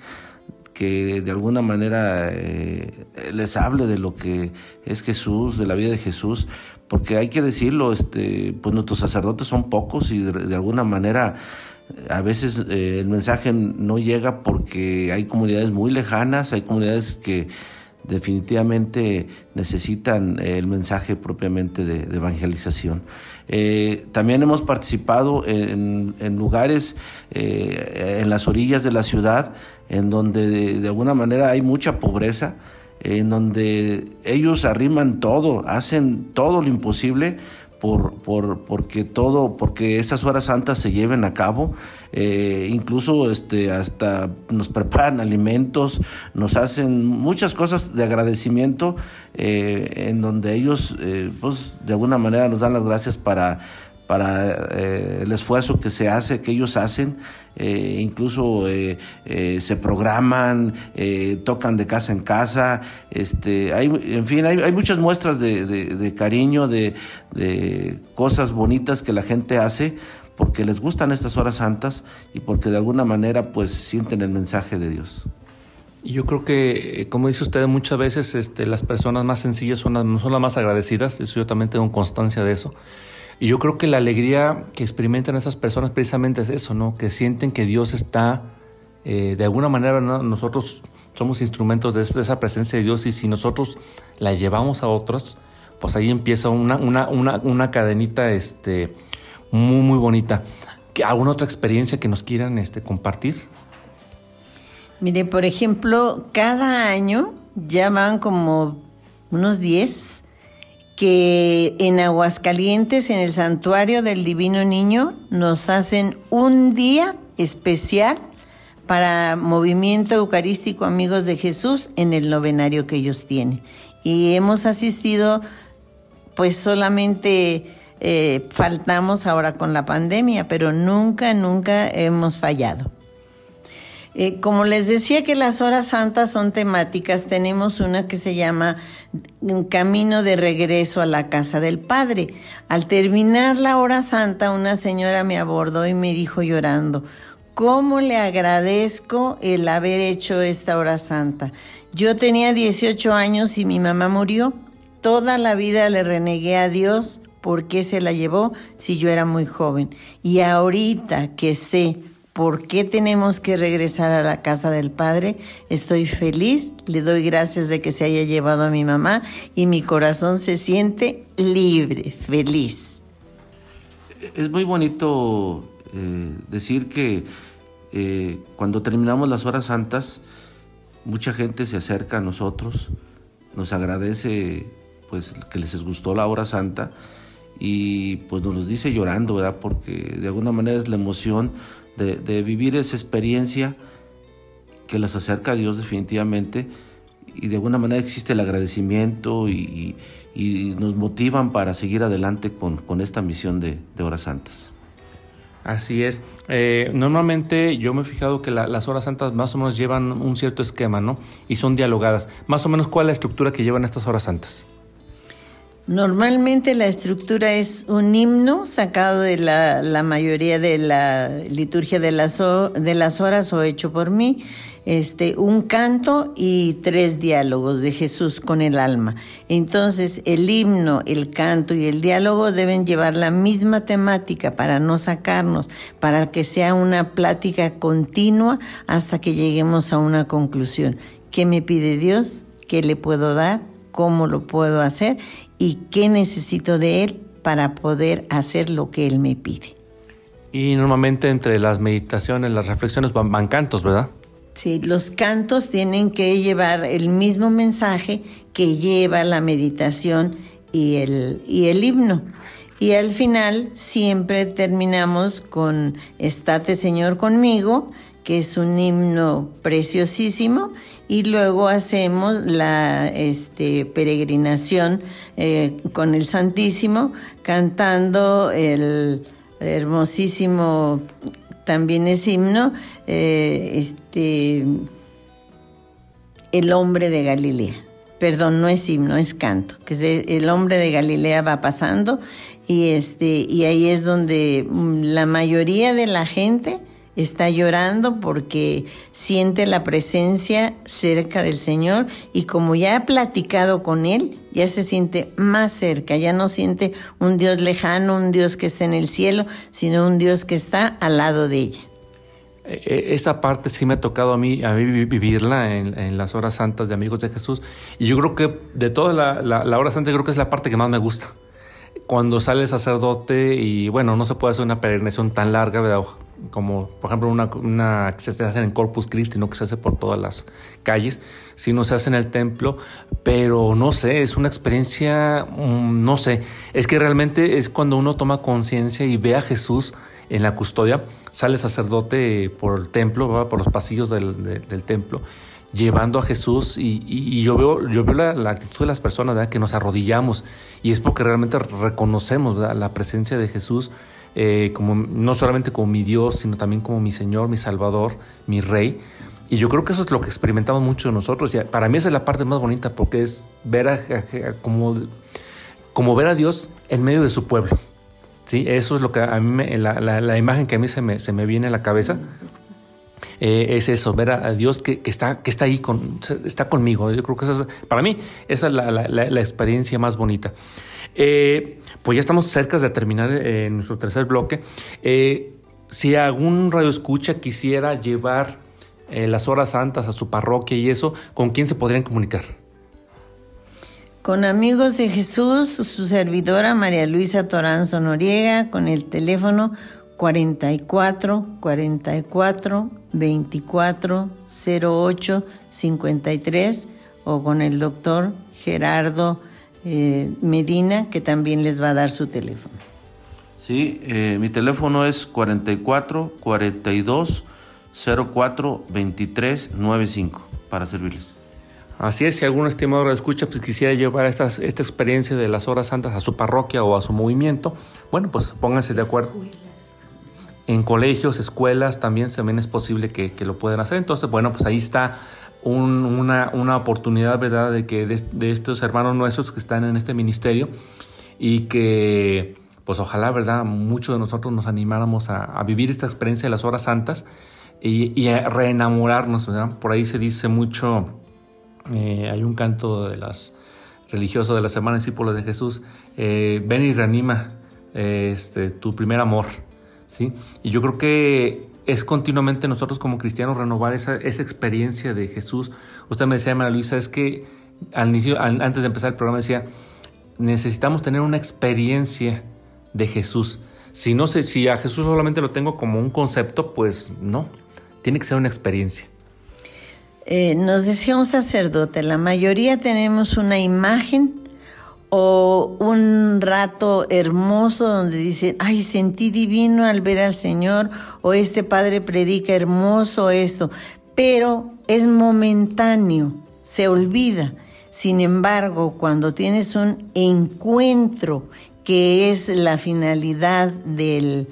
[SPEAKER 4] que de alguna manera eh, les hable de lo que es Jesús, de la vida de Jesús, porque hay que decirlo, este, pues nuestros sacerdotes son pocos y de, de alguna manera a veces eh, el mensaje no llega porque hay comunidades muy lejanas, hay comunidades que definitivamente necesitan el mensaje propiamente de, de evangelización. Eh, también hemos participado en, en lugares eh, en las orillas de la ciudad, en donde de, de alguna manera hay mucha pobreza, en donde ellos arriman todo, hacen todo lo imposible por, por, porque todo, porque esas horas santas se lleven a cabo. Eh, incluso este, hasta nos preparan alimentos, nos hacen muchas cosas de agradecimiento, eh, en donde ellos eh, pues de alguna manera nos dan las gracias para para eh, el esfuerzo que se hace, que ellos hacen, eh, incluso eh, eh, se programan, eh, tocan de casa en casa, este, hay, en fin, hay, hay muchas muestras de, de, de cariño, de, de cosas bonitas que la gente hace porque les gustan estas horas santas y porque de alguna manera pues sienten el mensaje de Dios.
[SPEAKER 2] Y yo creo que, como dice usted, muchas veces este, las personas más sencillas son las, son las más agradecidas, eso yo también tengo constancia de eso. Y yo creo que la alegría que experimentan esas personas precisamente es eso, ¿no? Que sienten que Dios está, eh, de alguna manera, ¿no? Nosotros somos instrumentos de, de esa presencia de Dios y si nosotros la llevamos a otros, pues ahí empieza una, una, una, una cadenita este, muy, muy bonita. ¿Alguna otra experiencia que nos quieran este, compartir?
[SPEAKER 3] Mire, por ejemplo, cada año ya van como unos diez que en Aguascalientes, en el Santuario del Divino Niño, nos hacen un día especial para Movimiento Eucarístico Amigos de Jesús en el novenario que ellos tienen. Y hemos asistido, pues solamente eh, faltamos ahora con la pandemia, pero nunca, nunca hemos fallado. Eh, como les decía que las horas santas son temáticas, tenemos una que se llama Camino de Regreso a la Casa del Padre. Al terminar la hora santa, una señora me abordó y me dijo llorando, ¿cómo le agradezco el haber hecho esta hora santa? Yo tenía dieciocho años y mi mamá murió. Toda la vida le renegué a Dios porque se la llevó si yo era muy joven. Y ahorita que sé ¿por qué tenemos que regresar a la casa del Padre? Estoy feliz, le doy gracias de que se haya llevado a mi mamá y mi corazón se siente libre, feliz.
[SPEAKER 4] Es muy bonito eh, decir que eh, cuando terminamos las horas santas, mucha gente se acerca a nosotros, nos agradece pues que les gustó la hora santa y pues nos los dice llorando, ¿verdad? Porque de alguna manera es la emoción De, de vivir esa experiencia que los acerca a Dios definitivamente y de alguna manera existe el agradecimiento y, y, y nos motivan para seguir adelante con, con esta misión de, de horas santas.
[SPEAKER 2] Así es. Eh, normalmente yo me he fijado que la, las horas santas más o menos llevan un cierto esquema, ¿no? Y son dialogadas. Más o menos, ¿cuál es la estructura que llevan estas horas santas?
[SPEAKER 3] Normalmente la estructura es un himno sacado de la, la mayoría de la liturgia de las, de las horas o hecho por mí, este, un canto y tres diálogos de Jesús con el alma. Entonces el himno, el canto y el diálogo deben llevar la misma temática para no sacarnos, para que sea una plática continua hasta que lleguemos a una conclusión. ¿Qué me pide Dios? ¿Qué le puedo dar? ¿Cómo lo puedo hacer? ¿Y qué necesito de Él para poder hacer lo que Él me pide?
[SPEAKER 2] Y normalmente entre las meditaciones, las reflexiones van, van cantos, ¿verdad?
[SPEAKER 3] Sí, los cantos tienen que llevar el mismo mensaje que lleva la meditación y el, y el himno. Y al final siempre terminamos con Estate Señor conmigo, que es un himno preciosísimo, y luego hacemos la este, peregrinación eh, con el Santísimo, cantando el hermosísimo, también es himno, eh, este, El hombre de Galilea. Perdón, no es himno, es canto, que es el hombre de Galilea va pasando, y, este, y ahí es donde la mayoría de la gente está llorando porque siente la presencia cerca del Señor, y como ya ha platicado con Él, ya se siente más cerca, ya no siente un Dios lejano, un Dios que está en el cielo, sino un Dios que está al lado de ella.
[SPEAKER 2] Esa parte sí me ha tocado a mí, a mí vivirla en, en las horas santas de Amigos de Jesús, y yo creo que de toda la, la, la hora santa, creo que es la parte que más me gusta. Cuando sale el sacerdote y bueno, no se puede hacer una peregrinación tan larga, ¿verdad? Como por ejemplo una, una que se hace en Corpus Christi, no que se hace por todas las calles, sino se hace en el templo, pero no sé, es una experiencia, um, no sé, es que realmente es cuando uno toma conciencia y ve a Jesús en la custodia, sale el sacerdote por el templo, ¿verdad? Por los pasillos del, de, del templo, llevando a Jesús, y, y, y yo veo, yo veo la, la actitud de las personas, ¿verdad? Que nos arrodillamos, y es porque realmente reconocemos, ¿verdad? La presencia de Jesús, eh, como, no solamente como mi Dios, sino también como mi Señor, mi Salvador, mi Rey. Y yo creo que eso es lo que experimentamos mucho nosotros, y para mí esa es la parte más bonita, porque es ver a, a, a como, como ver a Dios en medio de su pueblo, ¿sí? Eso es lo que a mí me, la, la, la imagen que a mí se me, se me viene a la cabeza. Eh, es eso, ver a, a Dios que, que, está, que está ahí, con, está conmigo. Yo creo que esa es, para mí, esa es la, la, la, la experiencia más bonita. Eh, pues ya estamos cerca de terminar eh, nuestro tercer bloque. Eh, si algún radioescucha quisiera llevar eh, las horas santas a su parroquia y eso, ¿con quién se podrían comunicar?
[SPEAKER 3] Con Amigos de Jesús, su servidora María Luisa Toranzo Noriega, con el teléfono cuarenta y cuatro, cuarenta y cuatro, veinticuatro, cero ocho, cincuenta y tres, o con el doctor Gerardo eh, Medina, que también les va a dar su teléfono.
[SPEAKER 4] Sí, eh, mi teléfono es cuarenta y cuatro, cuarenta y dos, cero cuatro, veintitrés, noventa y cinco, para servirles.
[SPEAKER 2] Así es, si algún estimador escucha, pues quisiera llevar estas, esta experiencia de las horas santas a su parroquia o a su movimiento, bueno, pues pónganse de acuerdo. En colegios, escuelas, también, también es posible que, que lo puedan hacer. Entonces, bueno, pues ahí está un, una, una oportunidad, ¿verdad?, de que de, de estos hermanos nuestros que están en este ministerio, y que, pues ojalá, ¿verdad?, muchos de nosotros nos animáramos a, a vivir esta experiencia de las horas santas y, y a reenamorarnos, ¿verdad? Por ahí se dice mucho, eh, hay un canto de las religiosas de la Semana de Discípulos de Jesús, eh, ven y reanima eh, este, tu primer amor. ¿Sí? Y yo creo que es continuamente nosotros como cristianos renovar esa, esa experiencia de Jesús. Usted me decía, María Luisa, es que al inicio, al, antes de empezar el programa decía, necesitamos tener una experiencia de Jesús. Si no sé, si a Jesús solamente lo tengo como un concepto, pues no, tiene que ser una experiencia.
[SPEAKER 3] Eh, nos decía un sacerdote, la mayoría tenemos una imagen o un rato hermoso donde dicen, ay, sentí divino al ver al Señor, o este padre predica hermoso esto, pero es momentáneo, se olvida. Sin embargo, cuando tienes un encuentro que es la finalidad del,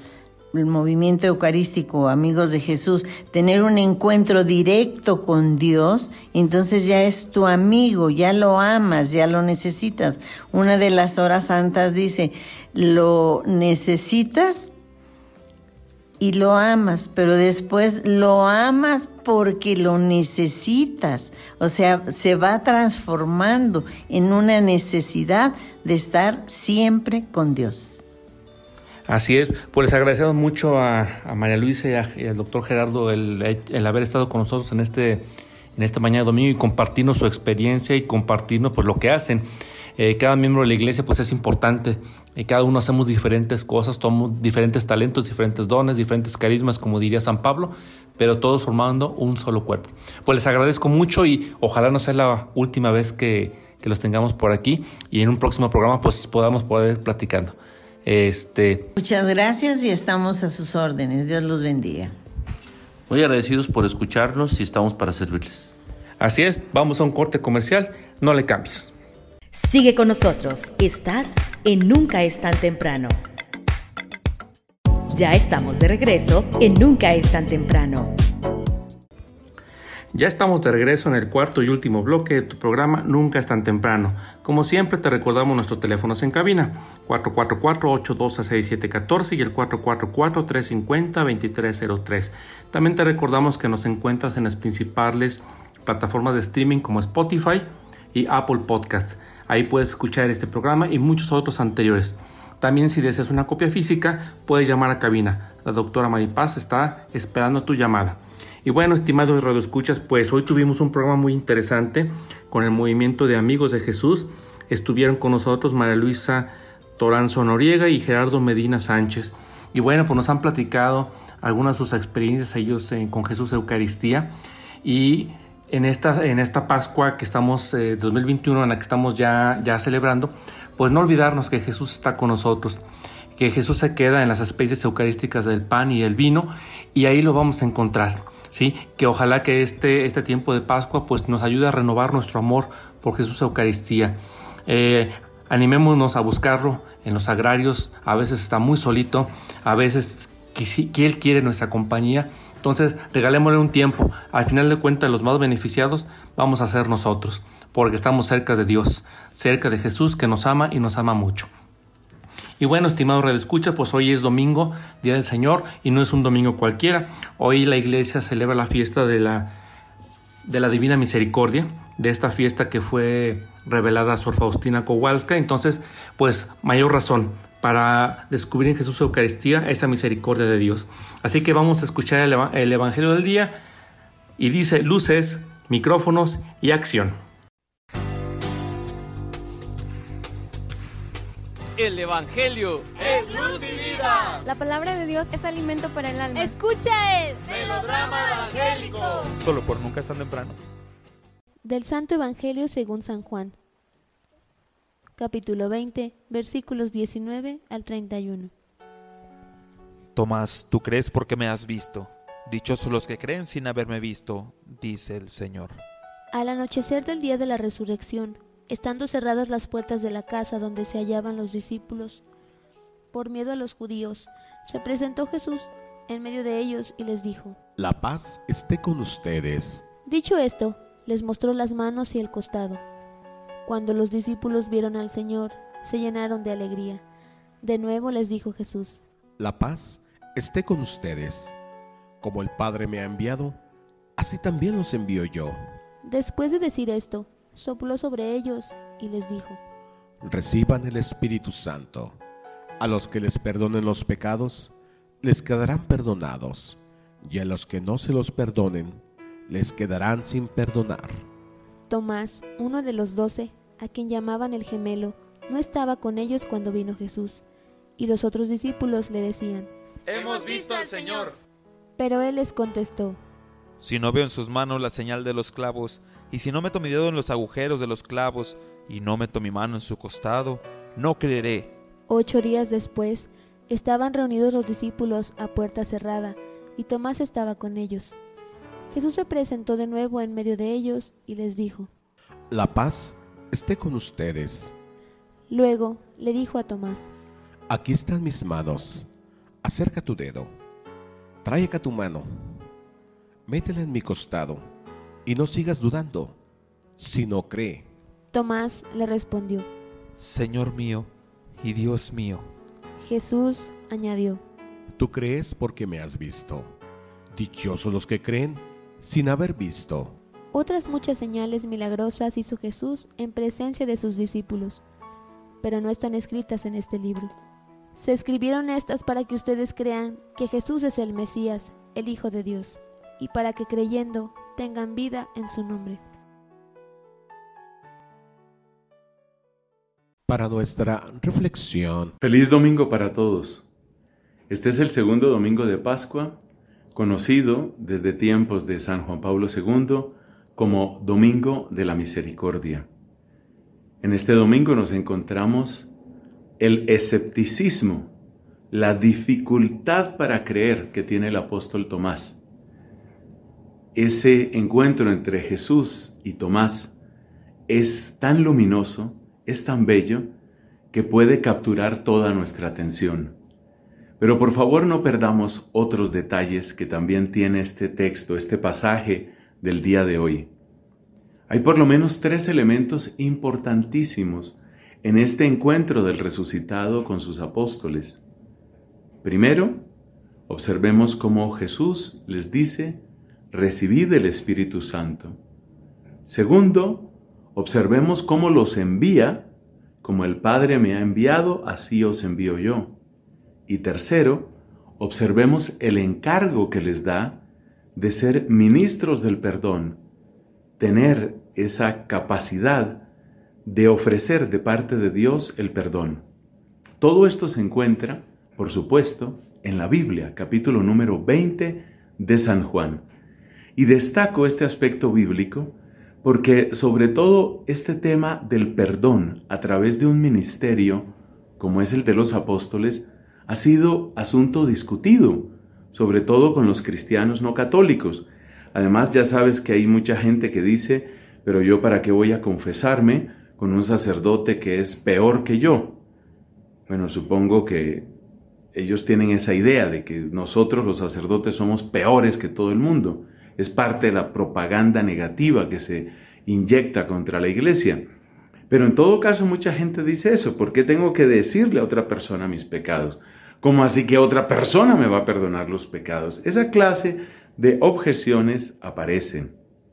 [SPEAKER 3] el movimiento eucarístico, Amigos de Jesús, tener un encuentro directo con Dios, entonces ya es tu amigo, ya lo amas, ya lo necesitas. Una de las horas santas dice, lo necesitas y lo amas, pero después lo amas porque lo necesitas. O sea, se va transformando en una necesidad de estar siempre con Dios.
[SPEAKER 2] Así es, pues les agradecemos mucho a, a María Luisa y, a, y al doctor Gerardo el, el haber estado con nosotros en este en esta mañana de domingo y compartirnos su experiencia y compartirnos pues lo que hacen. Eh, cada miembro de la iglesia pues es importante, eh, cada uno hacemos diferentes cosas, tomamos diferentes talentos, diferentes dones, diferentes carismas, como diría San Pablo, pero todos formando un solo cuerpo. Pues les agradezco mucho y ojalá no sea la última vez que, que los tengamos por aquí y en un próximo programa pues podamos poder platicando. Este...
[SPEAKER 3] Muchas gracias y estamos a sus órdenes. Dios los bendiga.
[SPEAKER 4] Muy agradecidos por escucharnos y estamos para servirles.
[SPEAKER 2] Así es, vamos a un corte comercial, no le cambies.
[SPEAKER 5] Sigue con nosotros, estás en Nunca es tan temprano. Ya estamos de regreso en Nunca es tan temprano.
[SPEAKER 2] Ya estamos de regreso en el cuarto y último bloque de tu programa Nunca es tan temprano. Como siempre te recordamos nuestros teléfonos en cabina, cuatro cuatro cuatro, ocho uno dos, seis siete uno cuatro y el cuatro cuatro cuatro, tres cinco cero, dos tres cero tres. También te recordamos que nos encuentras en las principales plataformas de streaming como Spotify y Apple Podcasts. Ahí puedes escuchar este programa y muchos otros anteriores. También si deseas una copia física, puedes llamar a cabina. La doctora Maripaz está esperando tu llamada. Y bueno, estimados radioescuchas, pues hoy tuvimos un programa muy interesante con el movimiento de Amigos de Jesús. Estuvieron con nosotros María Luisa Toranzo Noriega y Gerardo Medina Sánchez. Y bueno, pues nos han platicado algunas de sus experiencias ellos eh, con Jesús Eucaristía. Y en esta, en esta Pascua que estamos, eh, dos mil veintiuno, en la que estamos ya, ya celebrando, pues no olvidarnos que Jesús está con nosotros, que Jesús se queda en las especies eucarísticas del pan y el vino, y ahí lo vamos a encontrar. Sí, que ojalá que este, este tiempo de Pascua pues nos ayude a renovar nuestro amor por Jesús Eucaristía. Eh, animémonos a buscarlo en los sagrarios. A veces está muy solito, a veces que, que Él quiere nuestra compañía. Entonces regalémosle un tiempo. Al final de cuentas, los más beneficiados vamos a ser nosotros, porque estamos cerca de Dios, cerca de Jesús, que nos ama y nos ama mucho. Y bueno, estimado radioescucha, pues hoy es domingo, Día del Señor, y no es un domingo cualquiera. Hoy la iglesia celebra la fiesta de la, de la Divina Misericordia, de esta fiesta que fue revelada a Sor Faustina Kowalska. Entonces, pues mayor razón para descubrir en Jesús Eucaristía esa misericordia de Dios. Así que vamos a escuchar el, el Evangelio del día, y dice: luces, micrófonos y acción.
[SPEAKER 6] El Evangelio
[SPEAKER 7] es luz y vida.
[SPEAKER 8] La palabra de Dios es alimento para el alma.
[SPEAKER 7] Escucha el melodrama evangélico.
[SPEAKER 6] Solo por Nunca es tan temprano.
[SPEAKER 8] Del Santo Evangelio según San Juan. Capítulo veinte, versículos diecinueve al treinta y uno.
[SPEAKER 9] Tomás, tú crees porque me has visto. Dichosos los que creen sin haberme visto, dice el Señor.
[SPEAKER 8] Al anochecer del día de la resurrección, estando cerradas las puertas de la casa donde se hallaban los discípulos, por miedo a los judíos, se presentó Jesús en medio de ellos y les dijo:
[SPEAKER 10] La paz esté con ustedes.
[SPEAKER 8] Dicho esto, les mostró las manos y el costado. Cuando los discípulos vieron al Señor, se llenaron de alegría. De nuevo les dijo Jesús:
[SPEAKER 10] La paz esté con ustedes. Como el Padre me ha enviado, así también los envío yo.
[SPEAKER 8] Después de decir esto, sopló sobre ellos y les dijo:
[SPEAKER 10] Reciban el Espíritu Santo. A los que les perdonen los pecados, les quedarán perdonados, y a los que no se los perdonen, les quedarán sin perdonar.
[SPEAKER 8] Tomás, uno de los doce, a quien llamaban el gemelo, no estaba con ellos cuando vino Jesús, y los otros discípulos le decían:
[SPEAKER 7] Hemos visto al Señor.
[SPEAKER 8] Pero él les contestó:
[SPEAKER 9] Si no veo en sus manos la señal de los clavos, y si no meto mi dedo en los agujeros de los clavos, y no meto mi mano en su costado, no creeré.
[SPEAKER 8] Ocho días después, estaban reunidos los discípulos a puerta cerrada, y Tomás estaba con ellos. Jesús se presentó de nuevo en medio de ellos y les dijo:
[SPEAKER 10] La paz esté con ustedes.
[SPEAKER 8] Luego le dijo a Tomás:
[SPEAKER 10] Aquí están mis manos. acerca tu dedo, trae acá tu mano, métela en mi costado, y no sigas dudando, sino cree.
[SPEAKER 8] Tomás le respondió:
[SPEAKER 9] Señor mío y Dios mío.
[SPEAKER 8] Jesús añadió:
[SPEAKER 10] Tú crees porque me has visto. Dichosos los que creen sin haber visto.
[SPEAKER 8] Otras muchas señales milagrosas hizo Jesús en presencia de sus discípulos, pero no están escritas en este libro. Se escribieron estas para que ustedes crean que Jesús es el Mesías, el Hijo de Dios, y para que creyendo tengan vida en su nombre.
[SPEAKER 10] Para nuestra reflexión.
[SPEAKER 11] Feliz domingo para todos. Este es el segundo domingo de Pascua, conocido desde tiempos de San Juan Pablo segundo como Domingo de la Misericordia. En este domingo nos encontramos el escepticismo, la dificultad para creer que tiene el apóstol Tomás. Ese encuentro entre Jesús y Tomás es tan luminoso, es tan bello, que puede capturar toda nuestra atención. Pero por favor no perdamos otros detalles que también tiene este texto, este pasaje del día de hoy. Hay por lo menos tres elementos importantísimos en este encuentro del resucitado con sus apóstoles. Primero, observemos cómo Jesús les dice: recibid el Espíritu Santo. Segundo, observemos cómo los envía, como el Padre me ha enviado, así os envío yo. Y tercero, observemos el encargo que les da de ser ministros del perdón, tener esa capacidad de ofrecer de parte de Dios el perdón. Todo esto se encuentra, por supuesto, en la Biblia, capítulo número veinte de San Juan. Y destaco este aspecto bíblico porque sobre todo este tema del perdón a través de un ministerio, como es el de los apóstoles, ha sido asunto discutido, sobre todo con los cristianos no católicos. Además, ya sabes que hay mucha gente que dice: pero yo para qué voy a confesarme con un sacerdote que es peor que yo. Bueno, supongo que ellos tienen esa idea de que nosotros los sacerdotes somos peores que todo el mundo. Es parte de la propaganda negativa que se inyecta contra la iglesia. Pero en todo caso mucha gente dice eso. ¿Por qué tengo que decirle a otra persona mis pecados? ¿Cómo así que otra persona me va a perdonar los pecados? Esa clase de objeciones aparecen.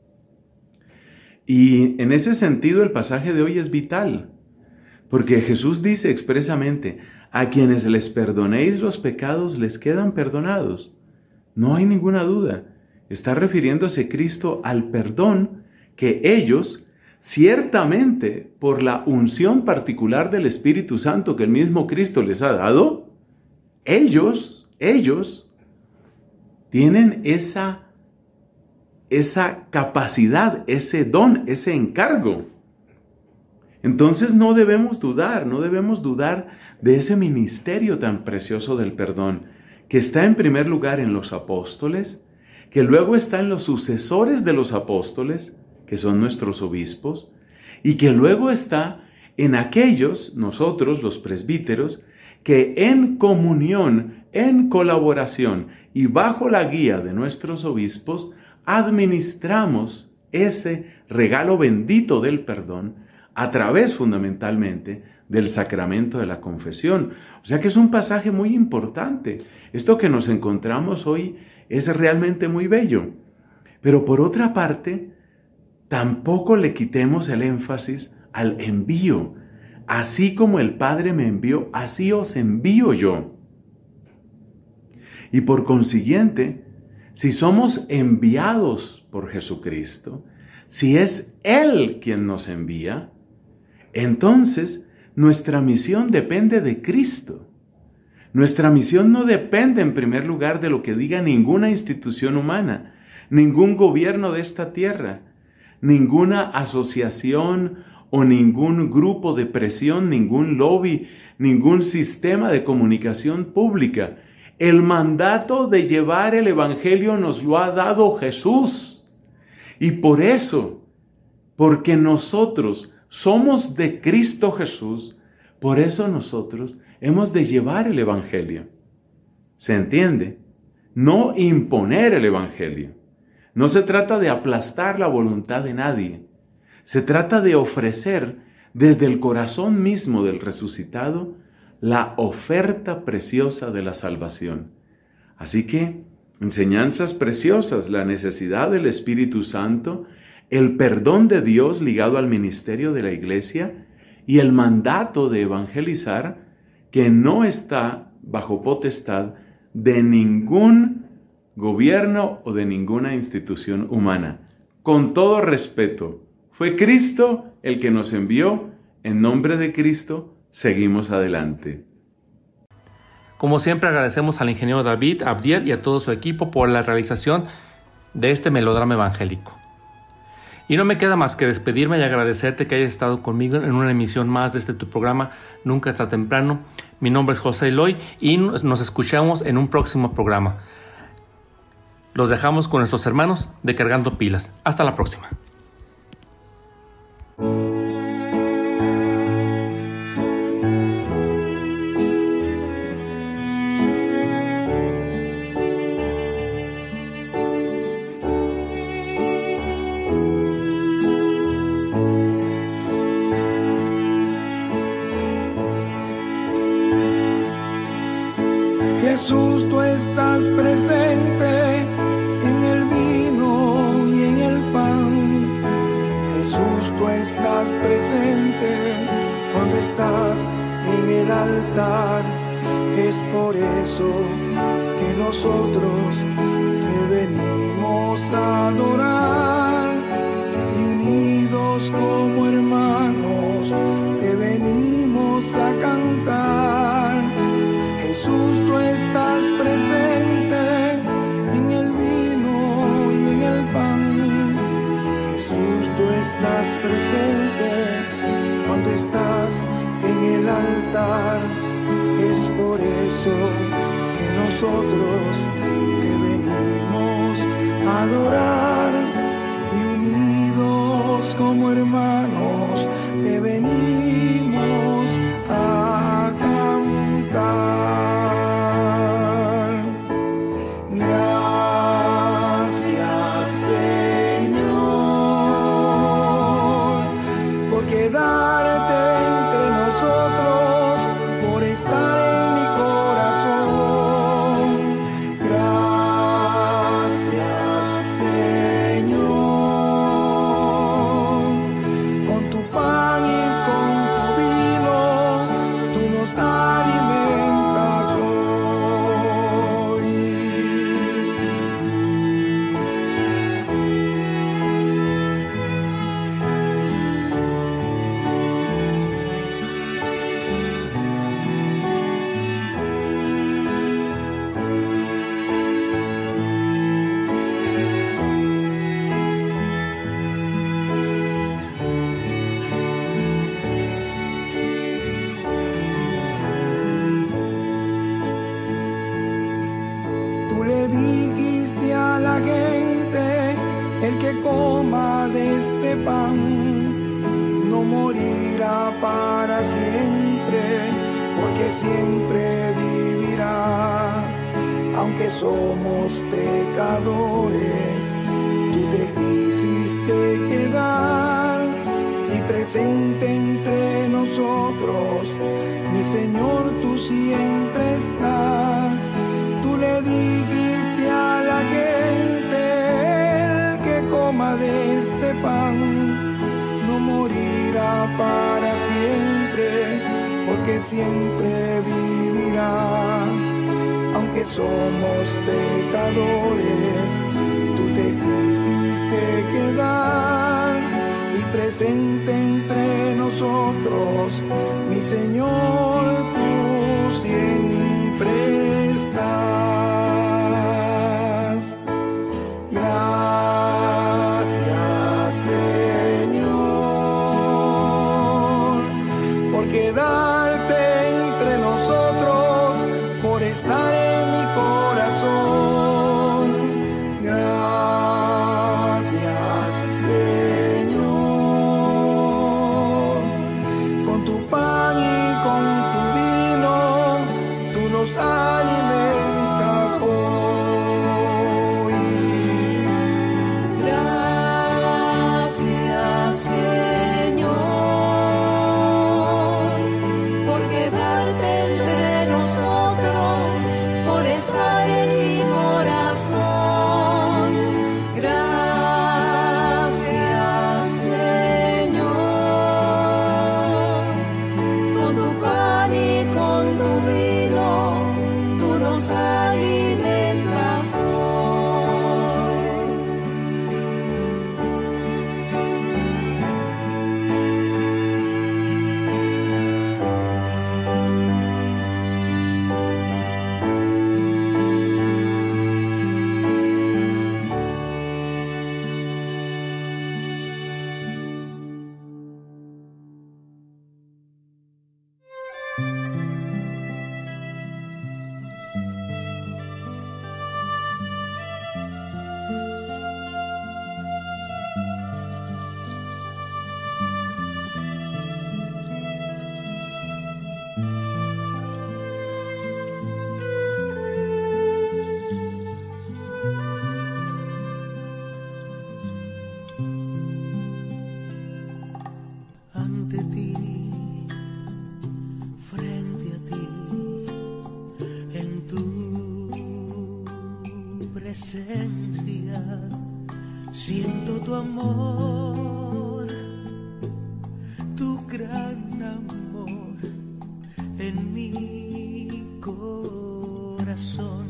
[SPEAKER 11] Y en ese sentido el pasaje de hoy es vital, porque Jesús dice expresamente: a quienes les perdonéis los pecados les quedan perdonados. No hay ninguna duda. Está refiriéndose Cristo al perdón que ellos, ciertamente por la unción particular del Espíritu Santo que el mismo Cristo les ha dado, ellos, ellos tienen esa, esa capacidad, ese don, ese encargo. Entonces no debemos dudar, no debemos dudar de ese ministerio tan precioso del perdón, que está en primer lugar en los apóstoles, que luego está en los sucesores de los apóstoles, que son nuestros obispos, y que luego está en aquellos, nosotros los presbíteros, que en comunión, en colaboración y bajo la guía de nuestros obispos, administramos ese regalo bendito del perdón a través fundamentalmente del sacramento de la confesión. O sea que es un pasaje muy importante. Esto que nos encontramos hoy es realmente muy bello. Pero por otra parte, tampoco le quitemos el énfasis al envío. Así como el Padre me envió, así os envío yo. Y por consiguiente, si somos enviados por Jesucristo, si es Él quien nos envía, entonces nuestra misión depende de Cristo. Nuestra misión no depende en primer lugar de lo que diga ninguna institución humana, ningún gobierno de esta tierra, ninguna asociación o ningún grupo de presión, ningún lobby, ningún sistema de comunicación pública. El mandato de llevar el Evangelio nos lo ha dado Jesús. Y por eso, porque nosotros somos de Cristo Jesús, por eso nosotros hemos de llevar el Evangelio. ¿Se entiende? No imponer el Evangelio. No se trata de aplastar la voluntad de nadie. Se trata de ofrecer desde el corazón mismo del resucitado la oferta preciosa de la salvación. Así que, enseñanzas preciosas, la necesidad del Espíritu Santo, el perdón de Dios ligado al ministerio de la Iglesia y el mandato de evangelizar que no está bajo potestad de ningún gobierno o de ninguna institución humana. Con todo respeto, fue Cristo el que nos envió. En nombre de Cristo, seguimos adelante.
[SPEAKER 2] Como siempre, agradecemos al ingeniero David Abdiel y a todo su equipo por la realización de este melodrama evangélico. Y no me queda más que despedirme y agradecerte que hayas estado conmigo en una emisión más de este tu programa Nunca Está Temprano. Mi nombre es José Eloy y nos escuchamos en un próximo programa. Los dejamos con nuestros hermanos de Cargando Pilas. Hasta la próxima.
[SPEAKER 12] Jesús, tú estás presente en el vino y en el pan. Jesús, tú estás presente cuando estás en el altar. Es por eso que nosotros te venimos a adorar. Y unidos como hermanos te venimos a cantar. Jesús, tú estás presente en el vino y en el pan. Jesús, tú estás presente cuando estás en el altar. Es por eso que nosotros te venimos a adorar. Y unidos como hermanos te venimos a cantar. Para siempre, porque siempre vivirá. Aunque somos pecadores, tú te quisiste quedar y presente entre nosotros, mi Señor, tú siempre estás. Tú le dijiste a la gente, el que coma de este pan no morirá para siempre, porque siempre vivirá. Aunque somos pecadores, tú te quisiste quedar y presente entre nosotros, mi Señor, tú siempre estás. Gracias, Señor, por quedarte entre nosotros, por estar en mi corazón. Gracias, Señor, con tu pan y con tu vino, tú nos alimentas.
[SPEAKER 13] presencia, siento tu amor, tu gran amor en mi corazón.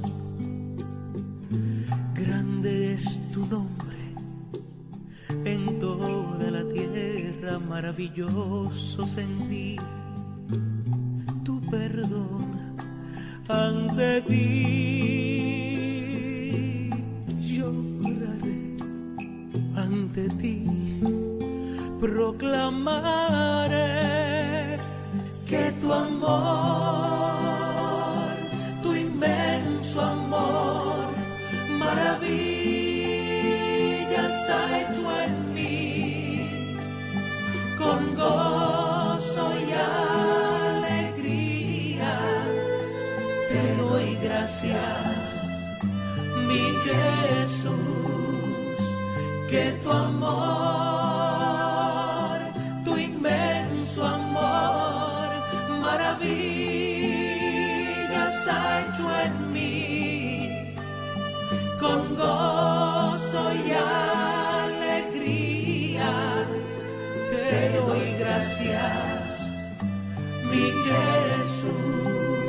[SPEAKER 13] Grande es tu nombre en toda la tierra, maravilloso sentí tu perdón ante ti. Lloraré ante ti, proclamaré que tu amor, tu inmenso amor, maravillas ha hecho en mí, con gozo y alegría te doy gracias, mi Jesús, que tu amor, tu inmenso amor, maravillas ha hecho en mí, con gozo y alegría te doy gracias, mi Jesús.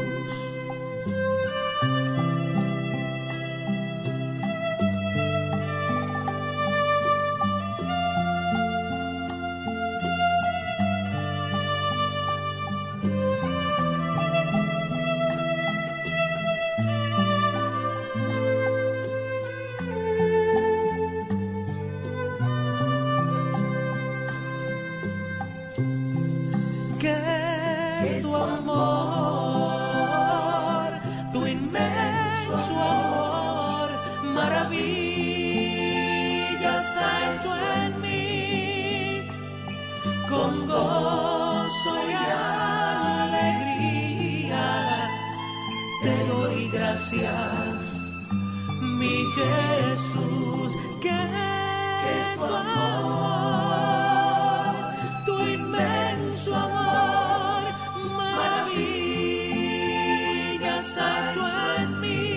[SPEAKER 13] Con gozo y alegría te doy gracias, mi Jesús, que, que tu amor, tu inmenso amor, maravillas ha hecho en mí,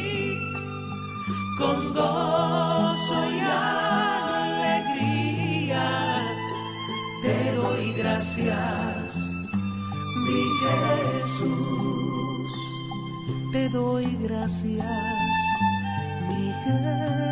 [SPEAKER 13] con gozo y alegría te doy gracias, mi Jesús, te doy gracias, mi Jesús.